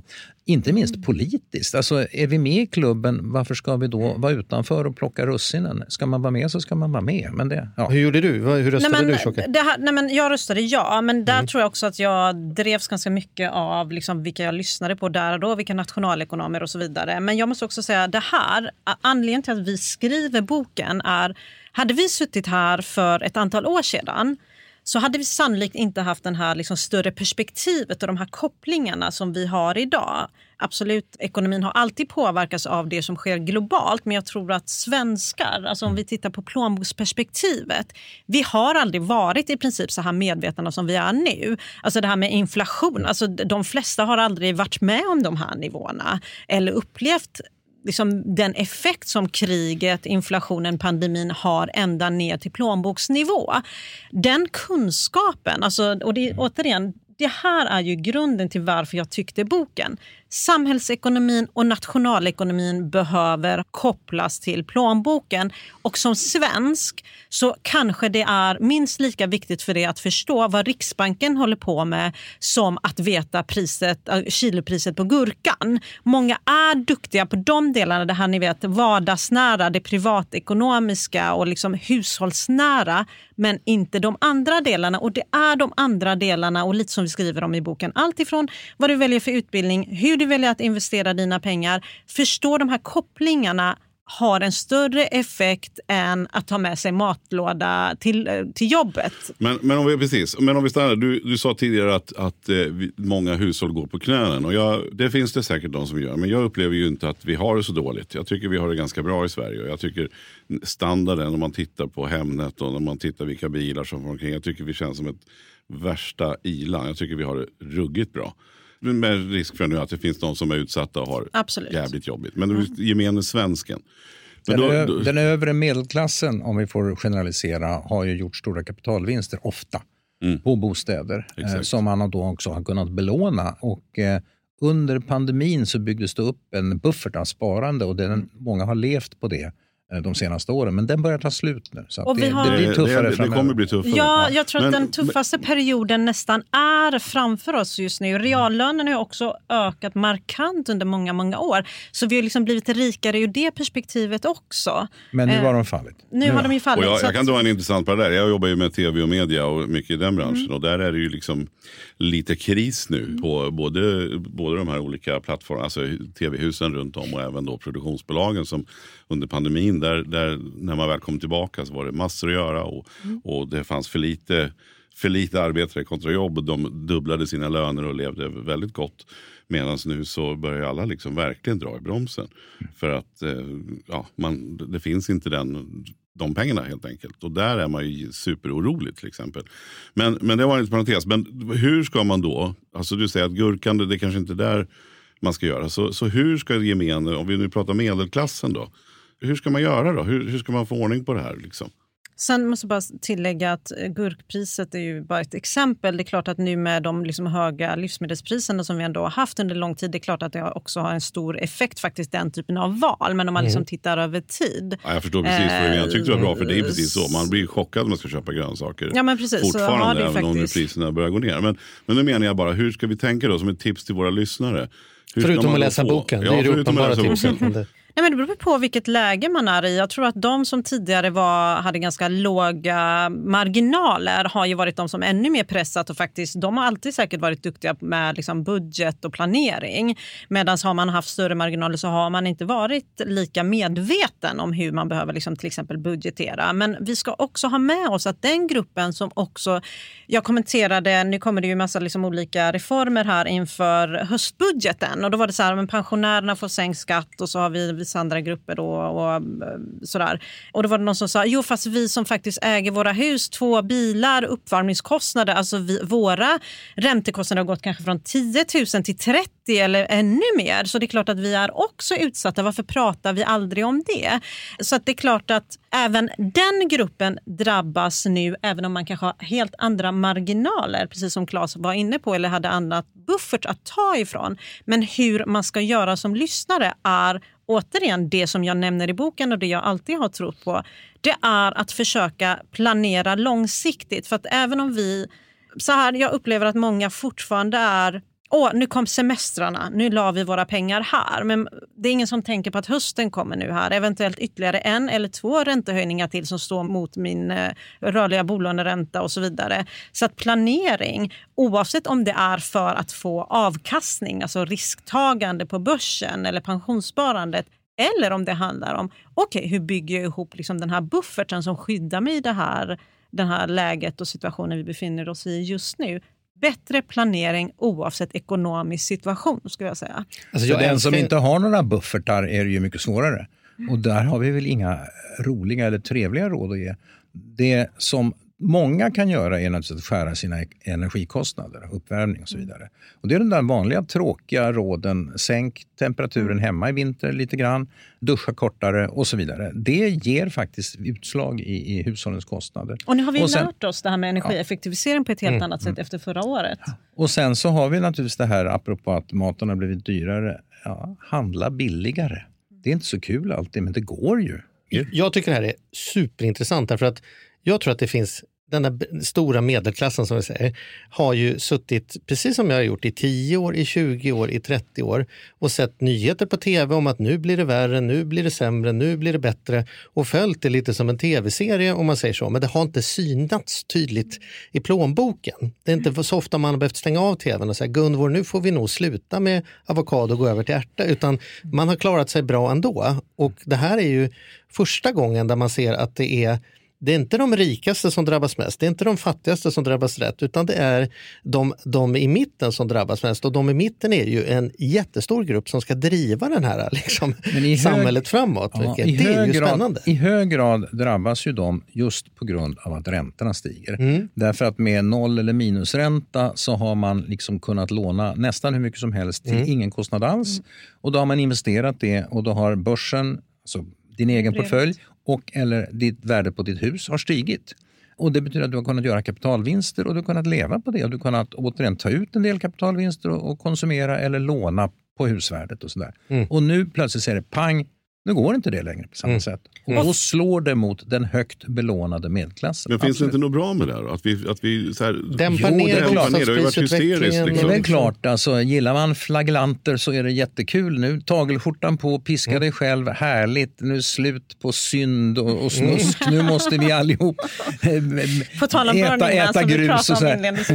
Inte minst politiskt. Alltså, är vi med i klubben, varför ska vi då vara utanför och plocka russinen? Ska man vara med så ska man vara med. Men det, ja. Hur gjorde du? Hur röstade nej, men, du, Tjocka? Det här, nej, men jag röstade ja, men där mm. tror jag också att jag drevs ganska mycket av liksom, vilka jag lyssnade på där och då, vilka nationalekonomer och så vidare. Men jag måste också säga det här, anledningen till att vi skriver boken är, hade vi suttit här för ett antal år sedan så hade vi sannolikt inte haft den här liksom större perspektivet och de här kopplingarna som vi har idag. Absolut, ekonomin har alltid påverkats av det som sker globalt, men jag tror att svenskar, alltså om vi tittar på plånboksperspektivet, vi har aldrig varit i princip så här medvetna som vi är nu. Alltså det här med inflation, alltså de flesta har aldrig varit med om de här nivåerna eller upplevt liksom den effekt som kriget, inflationen, pandemin har ända ner till plånboksnivå. Den kunskapen, alltså, och det, återigen, det här är ju grunden till varför jag tyckte boken. Samhällsekonomin och nationalekonomin behöver kopplas till plånboken. Och som svensk så kanske det är minst lika viktigt för det att förstå vad Riksbanken håller på med som att veta priset, kilopriset på gurkan. Många är duktiga på de delarna, det här ni vet vardagsnära, det privatekonomiska och liksom hushållsnära, men inte de andra delarna. Och det är de andra delarna, och lite som vi skriver om i boken, allt ifrån vad du väljer för utbildning, hur du väljer att investera dina pengar, förstå de här kopplingarna har en större effekt än att ta med sig matlåda till, till jobbet. Men, men om vi precis, men om vi stannar, du, du sa tidigare att, att eh, vi, många hushåll går på knäna, och jag, det finns det säkert de som gör, men jag upplever ju inte att vi har det så dåligt. Jag tycker vi har det ganska bra i Sverige, och jag tycker standarden, om man tittar på Hemnet och när man tittar vilka bilar som får omkring, jag tycker vi känns som ett värsta iland. Jag tycker vi har det ruggigt bra. Med risk för nu att det finns de som är utsatta och har Absolut. jävligt jobbigt. Men mm. gemene svensken. Den, då, då... den övre medelklassen, om vi får generalisera, har ju gjort stora kapitalvinster ofta mm. på bostäder. Eh, som man då också har kunnat belåna. Och eh, under pandemin så byggdes det upp en buffert av sparande, och den, många har levt på det de senaste åren, men den börjar ta slut nu. Så och det, har... det blir tuffare det, det, det kommer bli tuffare. Ja, jag tror men, att den tuffaste men... perioden nästan är framför oss just nu. Reallönen har också ökat markant under många, många år. Så vi har liksom blivit rikare ur det perspektivet också. Men nu har de fallit. Nu, nu har de ju fallit. Och jag, så jag kan dra en intressant parallell. Jag jobbar ju med tv och media och mycket i den branschen. Mm. Och där är det ju liksom lite kris nu mm. på både, både de här olika plattformarna, alltså tv-husen runt om och även då produktionsbolagen som under pandemin, där, där när man väl kom tillbaka så var det massor att göra, och, mm. och det fanns för lite, för lite arbetare kontra jobb, och de dubblade sina löner och levde väldigt gott. Medan nu så börjar alla liksom verkligen dra i bromsen. Mm. För att eh, ja, man, det finns inte den, de pengarna helt enkelt. Och där är man ju superorolig till exempel. Men, men det var en parentes. Men hur ska man då, alltså du säger att gurkan, det är kanske inte där man ska göra. Så, så hur ska gemene, om vi nu pratar medelklassen då, hur ska man göra då? Hur, hur ska man få ordning på det här liksom? Sen måste jag bara tillägga att gurkpriset är ju bara ett exempel. Det är klart att nu med de liksom höga livsmedelspriserna som vi ändå har haft under lång tid, det är klart att det också har en stor effekt faktiskt, den typen av val. Men om man liksom tittar över tid. Ja, jag förstår precis vad du menar. Jag tyckte det var bra, för det är precis så. Man blir chockad om man ska köpa grönsaker. Ja, men precis. Fortfarande, så även om faktiskt... priserna börjar gå ner. Men, men nu menar jag bara, hur ska vi tänka då som ett tips till våra lyssnare? Hur förutom att läsa få... boken. Ja, det är det uppenbara tipset. Nej, men det beror på vilket läge man är i. Jag tror att de som tidigare var, hade ganska låga marginaler har ju varit de som ännu mer pressat, och faktiskt de har alltid säkert varit duktiga med liksom budget och planering. Medan har man haft större marginaler så har man inte varit lika medveten om hur man behöver liksom till exempel budgetera. Men vi ska också ha med oss att den gruppen som också, jag kommenterade, nu kommer det ju en massa liksom olika reformer här inför höstbudgeten, och då var det så här, men pensionärerna får sänkt skatt, och så har vi vissa andra grupper då och sådär. Och då var det någon som sa, jo fast vi som faktiskt äger våra hus, två bilar, uppvärmningskostnader, alltså vi, våra räntekostnader har gått kanske från tio tusen till trettio eller ännu mer. Så det är klart att vi är också utsatta. Varför pratar vi aldrig om det? Så att det är klart att även den gruppen drabbas nu, även om man kanske har helt andra marginaler, precis som Claes var inne på, eller hade annat buffert att ta ifrån. Men hur man ska göra som lyssnare är återigen det som jag nämner i boken, och det jag alltid har trott på, det är att försöka planera långsiktigt. För att även om vi, så här, jag upplever att många fortfarande är åh, nu kom semestrarna, nu la vi våra pengar här. Men det är ingen som tänker på att hösten kommer nu här. Eventuellt ytterligare en eller två räntehöjningar till som står mot min eh, rörliga bolåneränta och så vidare. Så att planering, oavsett om det är för att få avkastning, alltså risktagande på börsen eller pensionssparandet, eller om det handlar om, okej, okay, hur bygger jag ihop liksom den här bufferten som skyddar mig i det här, den här läget och situationen vi befinner oss i just nu. Bättre planering oavsett ekonomisk situation, skulle jag säga. Alltså jag den som inte har några buffertar är det ju mycket svårare. Mm. Och där har vi väl inga roliga eller trevliga råd att ge. Det som många kan göra är naturligtvis att skära sina energikostnader, uppvärmning och så vidare. Och det är de där vanliga tråkiga råden. Sänk temperaturen hemma i vinter lite grann, duscha kortare och så vidare. Det ger faktiskt utslag i, i hushållens kostnader. Och nu har vi och sen, lärt oss det här med energieffektivisering ja. på ett helt mm, annat sätt mm. efter förra året. Och sen så har vi naturligtvis det här, apropå att maten har blivit dyrare, ja, handla billigare. Det är inte så kul alltid, men det går ju. Jag tycker det här är superintressant därför att jag tror att det finns, den där stora medelklassen som vi säger, har ju suttit, precis som jag har gjort, i tio år, i tjugo år, i trettio år och sett nyheter på tv om att nu blir det värre, nu blir det sämre, nu blir det bättre och följt det lite som en tv-serie om man säger så. Men det har inte synats tydligt i plånboken. Det är inte så ofta man har behövt stänga av tvn och säga Gunvor, nu får vi nog sluta med avokado och gå över till ärta, utan man har klarat sig bra ändå. Och det här är ju första gången där man ser att det är Det är inte de rikaste som drabbas mest, det är inte de fattigaste som drabbas rätt, utan det är de, de i mitten som drabbas mest. Och de i mitten är ju en jättestor grupp som ska driva den här liksom, hög, samhället framåt. Ja, det är ju grad, spännande. I hög grad drabbas ju de just på grund av att räntorna stiger. Mm. Därför att med noll eller minusränta så har man liksom kunnat låna nästan hur mycket som helst till mm. ingen kostnad alls. Och då har man investerat det och då har börsen, alltså din egen portfölj och eller ditt värde på ditt hus har stigit. Och det betyder att du har kunnat göra kapitalvinster och du har kunnat leva på det. Och du har kunnat återigen ta ut en del kapitalvinster och, och konsumera eller låna på husvärdet och sådär. Mm. Och nu plötsligt säger det pang, nu går inte det längre på samma mm. sätt. Och då slår det mot den högt belånade medelklassen. Men finns Absolut. det inte något bra med det här? Att vi, att vi så här, dämpa ner, det, klart, ner. Det har ju varit hysteriskt. Liksom. Det är väl klart, alltså, gillar man flaglanter så är det jättekul. Nu tagelskjortan på, piska mm. dig själv, härligt. Nu är slut på synd och, och snusk. Mm. Nu måste vi allihop på tal om äta, äta grus och så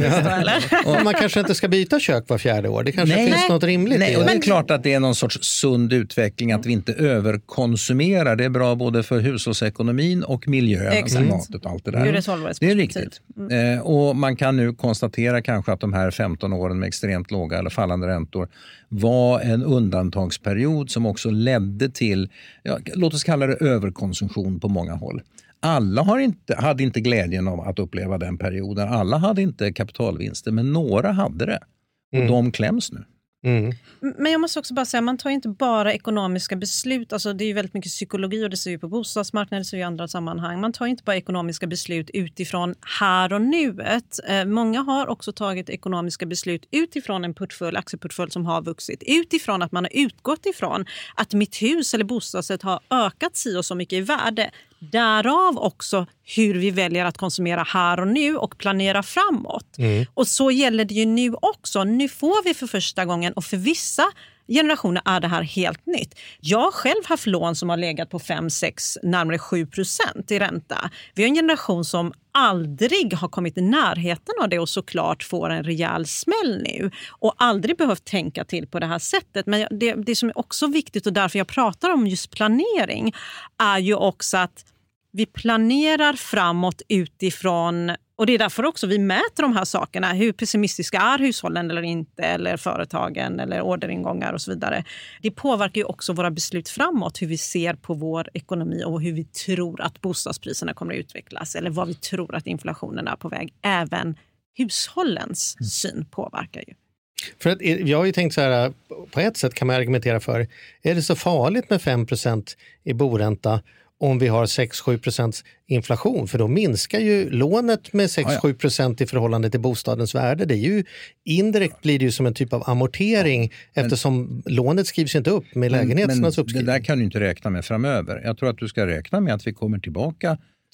här. Och man kanske inte ska byta kök var fjärde år. Det kanske nej, finns nej, något rimligt. Nej, och det är klart att det är någon sorts sund utveckling att vi inte överkonsumerar. Det är bra både för hushållsekonomin och miljön och klimatet och allt det där. Det, det är riktigt. Mm. Eh, och man kan nu konstatera kanske att de här femton åren med extremt låga eller fallande räntor var en undantagsperiod som också ledde till, ja, låt oss kalla det överkonsumtion på många håll. Alla har inte, hade inte glädjen av att uppleva den perioden. Alla hade inte kapitalvinster, men några hade det. Och mm. de kläms nu. Mm. Men jag måste också bara säga, man tar inte bara ekonomiska beslut, alltså det är ju väldigt mycket psykologi och det ser ju på bostadsmarknaden, det ser ju i andra sammanhang. Man tar inte bara ekonomiska beslut utifrån här och nuet. Eh, många har också tagit ekonomiska beslut utifrån en portfölj, aktieportfölj som har vuxit, utifrån att man har utgått ifrån att mitt hus eller bostadsrätt har ökat sig och så mycket i värde. Därav också hur vi väljer att konsumera här och nu och planera framåt. Mm. Och så gäller det ju nu också. Nu får vi för första gången, och för vissa generationer är det här helt nytt. Jag har själv haft lån som har legat på fem, sex, närmare sju procent i ränta. Vi har en generation som aldrig har kommit i närheten av det och såklart får en rejäl smäll nu. Och aldrig behövt tänka till på det här sättet. Men det, det som är också viktigt och därför jag pratar om just planering är ju också att vi planerar framåt utifrån, och det är därför också vi mäter de här sakerna. Hur pessimistiska är hushållen eller inte, eller företagen eller orderingångar och så vidare. Det påverkar ju också våra beslut framåt, hur vi ser på vår ekonomi och hur vi tror att bostadspriserna kommer att utvecklas eller vad vi tror att inflationen är på väg. Även hushållens mm. syn påverkar ju. För att, jag har ju tänkt så här, på ett sätt kan man argumentera för, är det så farligt med fem procent i boränta om vi har sex till sju procent inflation? För då minskar ju lånet med sex till sju procent i förhållande till bostadens värde. Det är ju indirekt blir det ju som en typ av amortering ja, men, eftersom lånet skrivs inte upp med lägenheternas uppskrivning. Det där kan du inte räkna med framöver. Jag tror att du ska räkna med att vi kommer tillbaka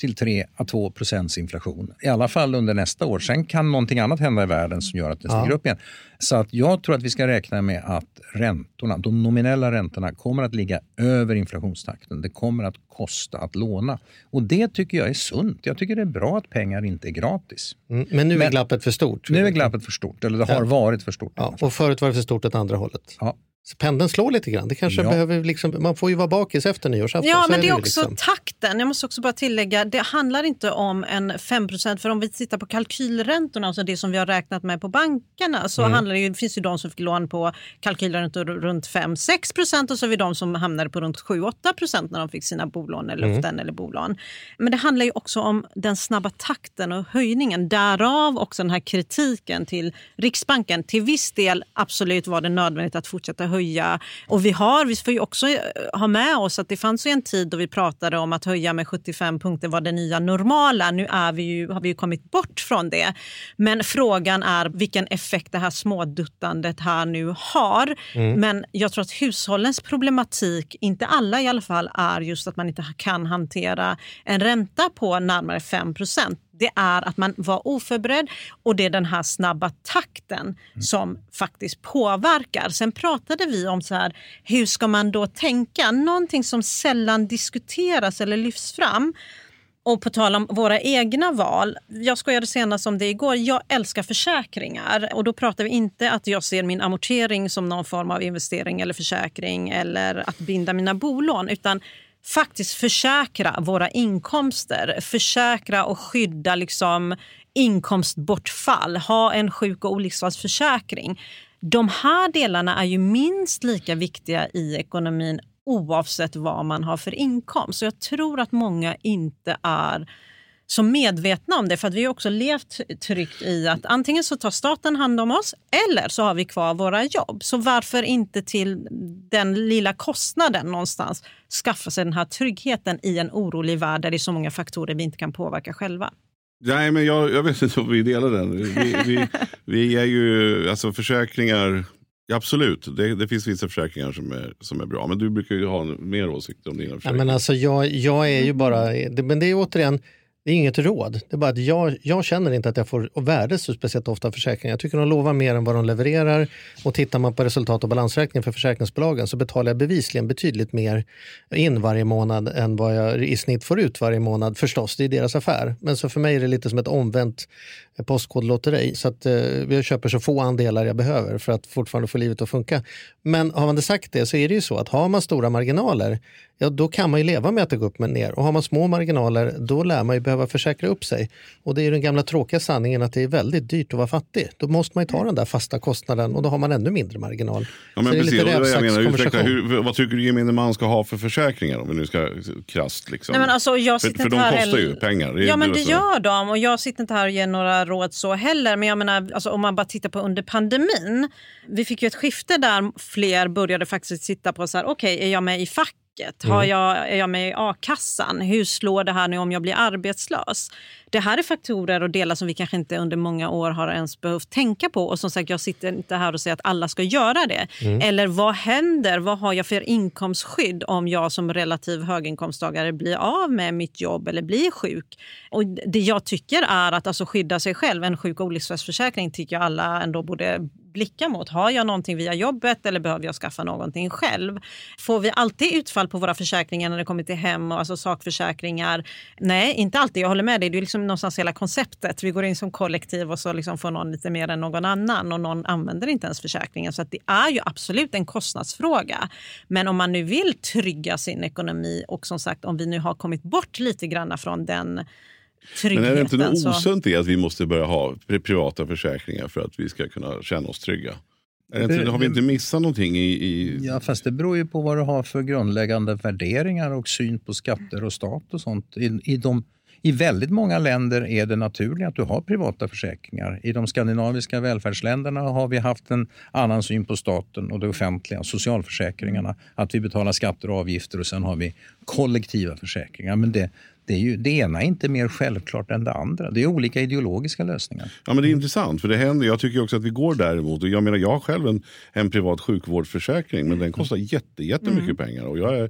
till tre à två procents inflation. I alla fall under nästa år. Sen kan någonting annat hända i världen som gör att det stiger ja. upp igen. Så att jag tror att vi ska räkna med att räntorna, de nominella räntorna kommer att ligga över inflationstakten. Det kommer att kosta att låna. Och det tycker jag är sunt. Jag tycker det är bra att pengar inte är gratis. Mm, men nu är men, glappet för stort. Nu är glappet för stort. Eller det har varit för stort. Ja, och förut var det för stort åt andra hållet. Ja. Så pendeln slår lite grann. Det kanske ja. behöver liksom, man får ju vara bakis efter nyårsafton. Ja, men är det är det också liksom. takten. Jag måste också bara tillägga, det handlar inte om en fem procent. För om vi tittar på kalkylräntorna, alltså det som vi har räknat med på bankerna, så mm. handlar det ju, det finns ju de som fick lån på kalkylräntor runt fem till sex procent och så har vi de som hamnade på runt sju till åtta procent när de fick sina bolån eller luften mm. eller bolån. Men det handlar ju också om den snabba takten och höjningen. Därav också den här kritiken till Riksbanken. Till viss del absolut var det nödvändigt att fortsätta höja. Och vi har, vi får ju också ha med oss att det fanns ju en tid då vi pratade om att höja med sjuttiofem punkter var det nya normala. Nu är vi ju, har vi ju kommit bort från det. Men frågan är vilken effekt det här småduttandet här nu har. Mm. Men jag tror att hushållens problematik, inte alla i alla fall, är just att man inte kan hantera en ränta på närmare fem procent. Det är att man var oförberedd och det är den här snabba takten mm. som faktiskt påverkar. Sen pratade vi om så här, hur ska man då tänka? Någonting som sällan diskuteras eller lyfts fram. Och på tal om våra egna val, jag skojade senast om det igår, jag älskar försäkringar. Och då pratar vi inte att jag ser min amortering som någon form av investering eller försäkring eller att binda mina bolån, utan faktiskt försäkra våra inkomster, försäkra och skydda liksom inkomstbortfall, ha en sjuk- och olycksfallsförsäkring. De här delarna är ju minst lika viktiga i ekonomin oavsett vad man har för inkomst. Så jag tror att många inte är så medvetna om det, för att vi har också levt tryggt i att antingen så tar staten hand om oss eller så har vi kvar våra jobb. Så varför inte till den lilla kostnaden någonstans skaffa sig den här tryggheten i en orolig värld där det är så många faktorer vi inte kan påverka själva? Nej, men jag, jag vet inte om vi delar den. Vi, vi, vi är ju, alltså försäkringar, ja, absolut. Det, det finns vissa försäkringar som är, som är bra. Men du brukar ju ha mer åsikter om dina försäkringar. Ja, men alltså jag, jag är ju bara, det, men det är återigen, det är inget råd. Det är bara att jag, jag känner inte att jag får värde så speciellt ofta av försäkringar. Jag tycker de lovar mer än vad de levererar. Och tittar man på resultat och balansräkningen för försäkringsbolagen så betalar jag bevisligen betydligt mer in varje månad än vad jag i snitt får ut varje månad. Förstås, det är deras affär. Men så för mig är det lite som ett omvänt postkodlotteri. Så att eh, jag köper så få andelar jag behöver för att fortfarande få livet att funka. Men har man det sagt det så är det ju så att har man stora marginaler, ja då kan man ju leva med att det går upp men ner. Och har man små marginaler, då lär man ju behöva försäkra upp sig. Och det är ju den gamla tråkiga sanningen att det är väldigt dyrt att vara fattig. Då måste man ju ta den där fasta kostnaden och då har man ännu mindre marginal. Ja, men precis, det jag menar, utveckla, hur, vad tycker du gemene man ska ha för försäkringar om vi nu ska krasst liksom? Nej, men alltså, jag för för de här kostar heller... ju pengar. Det ja men det så... gör de och jag sitter inte här och ger några råd så heller. Men jag menar, alltså, om man bara tittar på under pandemin. Vi fick ju ett skifte där fler började faktiskt sitta på så här, okej, okay, är jag med i fack? Har jag, är jag med i a-kassan? Hur slår det här nu om jag blir arbetslös? Det här är faktorer och delar som vi kanske inte under många år har ens behövt tänka på. Och som sagt, jag sitter inte här och säger att alla ska göra det. Mm. Eller vad händer? Vad har jag för inkomstskydd om jag som relativ höginkomsttagare blir av med mitt jobb eller blir sjuk? Och det jag tycker är att alltså skydda sig själv. En sjuk- och olycksfallsförsäkring tycker jag alla ändå borde blicka mot. Har jag någonting via jobbet eller behöver jag skaffa någonting själv? Får vi alltid utfall på våra försäkringar när det kommer till hem och alltså sakförsäkringar? Nej, inte alltid. Jag håller med dig. Det är liksom någonstans hela konceptet. Vi går in som kollektiv och så liksom får någon lite mer än någon annan och någon använder inte ens försäkringen. Så att det är ju absolut en kostnadsfråga. Men om man nu vill trygga sin ekonomi och som sagt om vi nu har kommit bort lite grann från den tryggheten. Men är det inte något så... osunt i att vi måste börja ha privata försäkringar för att vi ska kunna känna oss trygga? Är det inte, har vi inte missat någonting i, i... Ja, fast det beror ju på vad du har för grundläggande värderingar och syn på skatter och stat och sånt. I, i, de, I väldigt många länder är det naturligt att du har privata försäkringar. I de skandinaviska välfärdsländerna har vi haft en annan syn på staten och det offentliga, socialförsäkringarna. Att vi betalar skatter och avgifter och sen har vi kollektiva försäkringar. Men det, det, är ju, det ena är inte mer självklart än det andra. Det är olika ideologiska lösningar. Ja, men det är intressant för det händer. Jag tycker också att vi går däremot. Och jag menar, jag har själv en, en privat sjukvårdsförsäkring men den kostar jätte, jättemycket mm. pengar och jag är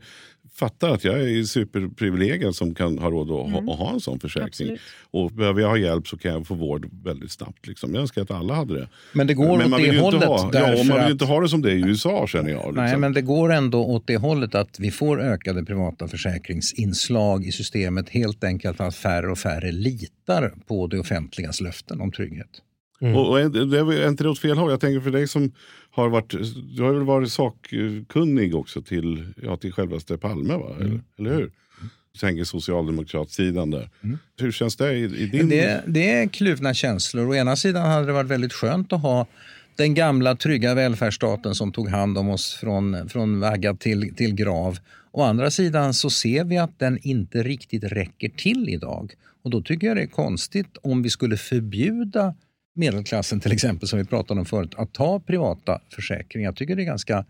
fattar att jag är superprivilegierad som kan ha råd att, mm. ha, att ha en sån försäkring. Absolut. Och behöver jag ha hjälp så kan jag få vård väldigt snabbt. Liksom. Jag önskar att alla hade det. Men det går men åt det hållet. Ha, ja, man vill att... inte ha det som det är i U S A, känner jag. Liksom. Nej, men det går ändå åt det hållet att vi får ökade privata försäkringsinslag i systemet helt enkelt för att färre och färre litar på det offentligas löften om trygghet. Mm. Och, och det är inte det åt fel håll. Jag tänker för dig som har varit, du har väl varit sakkunnig också till, ja, till självaste Palme, va? Mm. Eller, eller hur? Mm. Jag tänker socialdemokratsidan där. Mm. Hur känns det i, i din... Det, det är kluvna känslor. Å ena sidan hade det varit väldigt skönt att ha den gamla trygga välfärdsstaten som tog hand om oss från, från vagga till, till grav. Å andra sidan så ser vi att den inte riktigt räcker till idag. Och då tycker jag det är konstigt om vi skulle förbjuda medelklassen till exempel, som vi pratade om förut, att ta privata försäkringar. Jag tycker det är ganska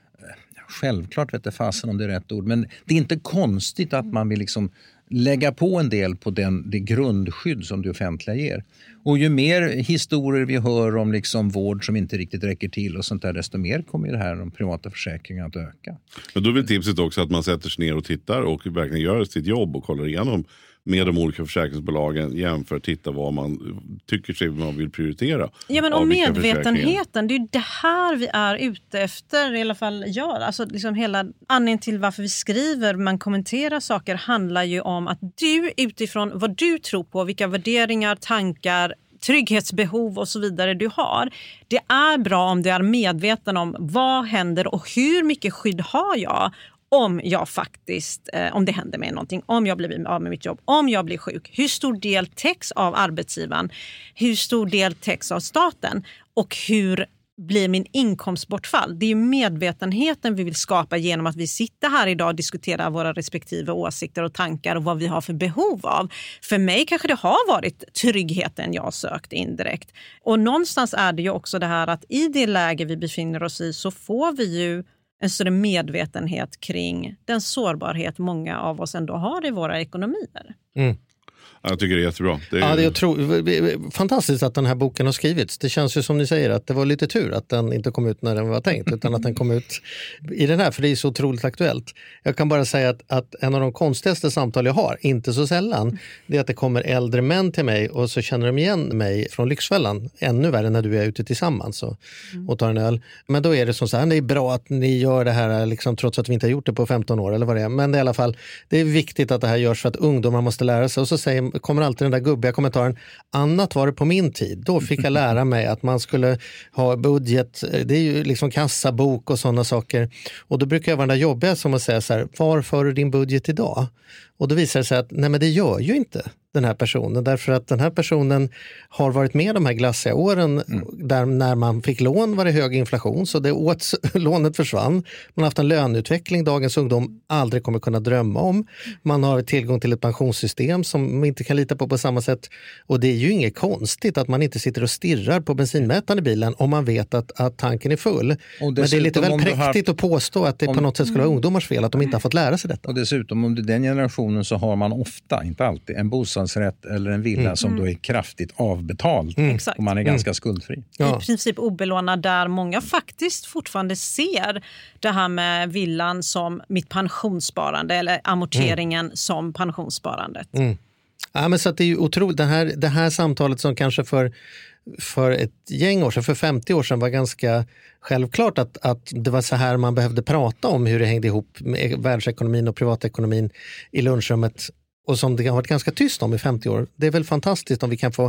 självklart, vet jag fasen om det är rätt ord, men det är inte konstigt att man vill liksom lägga på en del på den, det grundskydd som det offentliga ger. Och ju mer historier vi hör om liksom vård som inte riktigt räcker till och sånt där, desto mer kommer det här om privata försäkringar att öka. Men då vill tipset också att man sätter sig ner och tittar och verkligen gör sitt jobb och kollar igenom med de olika försäkringsbolagen, jämför, titta vad man tycker sig man vill prioritera. Ja, men om medvetenheten, det är ju det här vi är ute efter, i alla fall jag. Alltså liksom hela anledningen till varför vi skriver, man kommenterar saker, handlar ju om att du utifrån vad du tror på, vilka värderingar, tankar, trygghetsbehov och så vidare du har. Det är bra om du är medveten om vad händer och hur mycket skydd har jag om jag faktiskt, eh, om det händer med någonting, om jag blir av med mitt jobb, om jag blir sjuk. Hur stor del täcks av arbetsgivaren? Hur stor del täcks av staten? Och hur blir min inkomstbortfall? Det är ju medvetenheten vi vill skapa genom att vi sitter här idag och diskuterar våra respektive åsikter och tankar och vad vi har för behov av. För mig kanske det har varit tryggheten jag sökt indirekt. Och någonstans är det ju också det här att i det läge vi befinner oss i så får vi ju en större medvetenhet kring den sårbarhet många av oss ändå har i våra ekonomier. Mm. Jag tycker det är jättebra. Det är... Ja, det är otro... fantastiskt att den här boken har skrivits. Det känns ju som ni säger att det var lite tur att den inte kom ut när den var tänkt, utan att den kom ut i den här, för det är så otroligt aktuellt. Jag kan bara säga att, att en av de konstigaste samtal jag har, inte så sällan, det är att det kommer äldre män till mig och så känner de igen mig från Lyxfällan. Ännu värre när du är ute tillsammans och, och tar en öl. Men då är det som så här, det är bra att ni gör det här liksom, trots att vi inte har gjort det på femton år eller vad det är. Men det är i alla fall, det är viktigt att det här görs för att ungdomar måste lära sig. Och så säger kommer alltid den där gubbiga kommentaren, annat var det på min tid. Då fick jag lära mig att man skulle ha budget, det är ju liksom kassabok och sådana saker. Och då brukar jag vara den där jobbiga som att säga så här, var för du din budget idag? Och då visar det sig att nej, men det gör ju inte den här personen, därför att den här personen har varit med de här glassiga åren mm. där när man fick lån var det hög inflation, så det åt, lånet försvann. Man har haft en löneutveckling dagens ungdom aldrig kommer kunna drömma om. Man har tillgång till ett pensionssystem som man inte kan lita på på samma sätt, och det är ju inget konstigt att man inte sitter och stirrar på bensinmätaren i bilen om man vet att, att tanken är full. Men det är lite väl präktigt haft, att påstå att det om, på något sätt skulle vara ungdomars fel att de inte har fått lära sig detta. Och dessutom om det är den generationen så har man ofta, inte alltid, en bostadsrätt eller en villa mm. som då är kraftigt avbetald mm. och man är ganska mm. skuldfri. Ja. I princip obelånad, där många faktiskt fortfarande ser det här med villan som mitt pensionssparande eller amorteringen mm. som pensionssparandet. Mm. Ja, men så att det är ju otroligt, det här, det här samtalet som kanske för för ett gäng år sedan, för femtio år sedan var ganska självklart att, att det var så här man behövde prata om hur det hängde ihop med världsekonomin och privatekonomin i lunchrummet, och som det har varit ganska tyst om i femtio år. Det är väl fantastiskt om vi kan få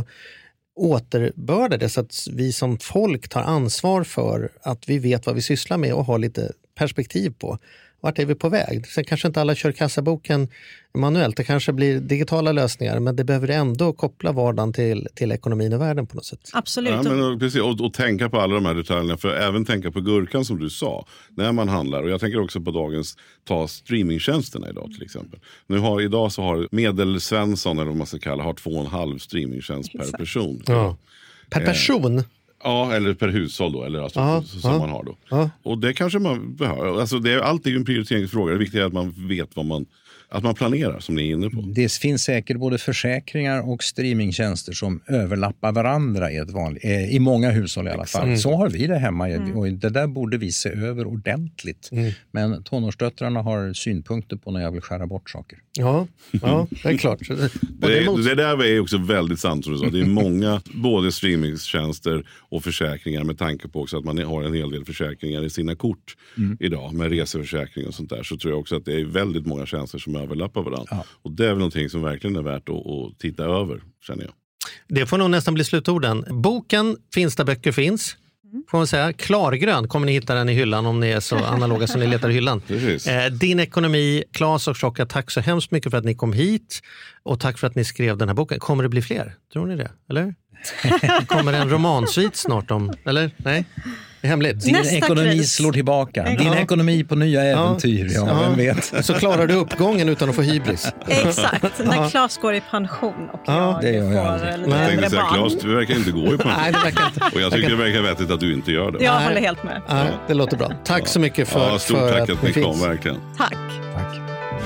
återbörda det så att vi som folk tar ansvar för att vi vet vad vi sysslar med och har lite perspektiv på. Vart är vi på väg? Sen kanske inte alla kör kassaboken manuellt. Det kanske blir digitala lösningar, men det behöver ändå koppla vardagen till, till ekonomin och världen på något sätt. Absolut. Ja, men, precis, och, och tänka på alla de här detaljerna, för även tänka på gurkan som du sa, när man handlar. Och jag tänker också på dagens, ta streamingtjänsterna idag till exempel. Nu har, idag så har Medelsvensson, eller vad man ska kalla, har två och en halv streamingtjänst per person. Ja. Per person? Ja, eller per hushåll då, eller alltså, Aha, som aha. man har då. Ja. Och det kanske man behöver. Alltså det är alltid en prioriteringsfråga. Det viktiga är att man vet vad man, att man planerar, som ni är inne på. Det finns säkert både försäkringar och streamingtjänster som överlappar varandra i, ett vanligt, i många hushåll i alla fall. Mm. Så har vi det hemma mm. och det där borde vi se över ordentligt. Mm. Men tonårsdöttrarna har synpunkter på när jag vill skära bort saker. Ja, ja det är klart. det, det, det där är också väldigt sant som du sa. Det är många både streamingtjänster och försäkringar med tanke på också att man har en hel del försäkringar i sina kort mm. idag med reseförsäkring och sånt där. Så tror jag också att det är väldigt många tjänster som överlappar varandra. Ja. Och det är väl någonting som verkligen är värt att, att titta över, känner jag. Det får nog nästan bli slutorden. Boken finns där böcker finns. Får man säga. Klargrön kommer ni hitta den i hyllan om ni är så analoga som ni letar i hyllan. Eh, din ekonomi, Claes och Tjocka, tack så hemskt mycket för att ni kom hit. Och tack för att ni skrev den här boken. Kommer det bli fler? Tror ni det? Eller? Kommer det en romansvit snart om? Eller? Nej? Det är hemligt. Din Nästa ekonomi kris. slår tillbaka. Din ja. ekonomi på nya äventyr. Ja, ja, vem vet. Så klarar du uppgången utan att få hybris. Exakt. När Claes går i pension och ja, jag det gör jag får lite jag äldre barn. Claes, du verkar inte gå i pension. Nej, det verkar inte. Och jag tycker det verkar vettigt att du inte gör det. Jag håller helt med. Ja, det låter bra. Tack ja. så mycket för, ja, stort för tack att, att ni finns. kom, verkligen. Tack. Tack.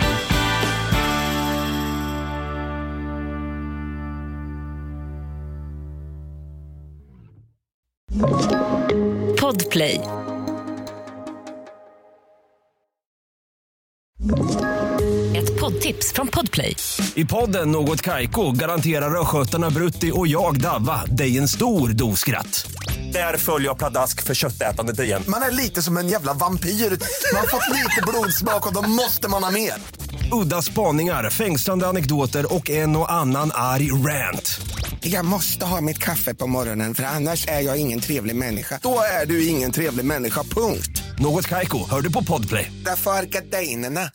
Podplay. Ett poddtips från Podplay. I podden Något Kaiko garanterar röskötarna Brutti och jag Davva dig en stor doskratt. Där följer jag pladask för köttätandet igen. Man är lite som en jävla vampyr. Man har fått lite blodsmak och då måste man ha mer. Udda spaningar, fängslande anekdoter och en och annan arg rant. Jag måste ha mitt kaffe på morgonen för annars är jag ingen trevlig människa. Då är du ingen trevlig människa, punkt. Något Kaiko, hör du på Podplay. Därför är gardinerna.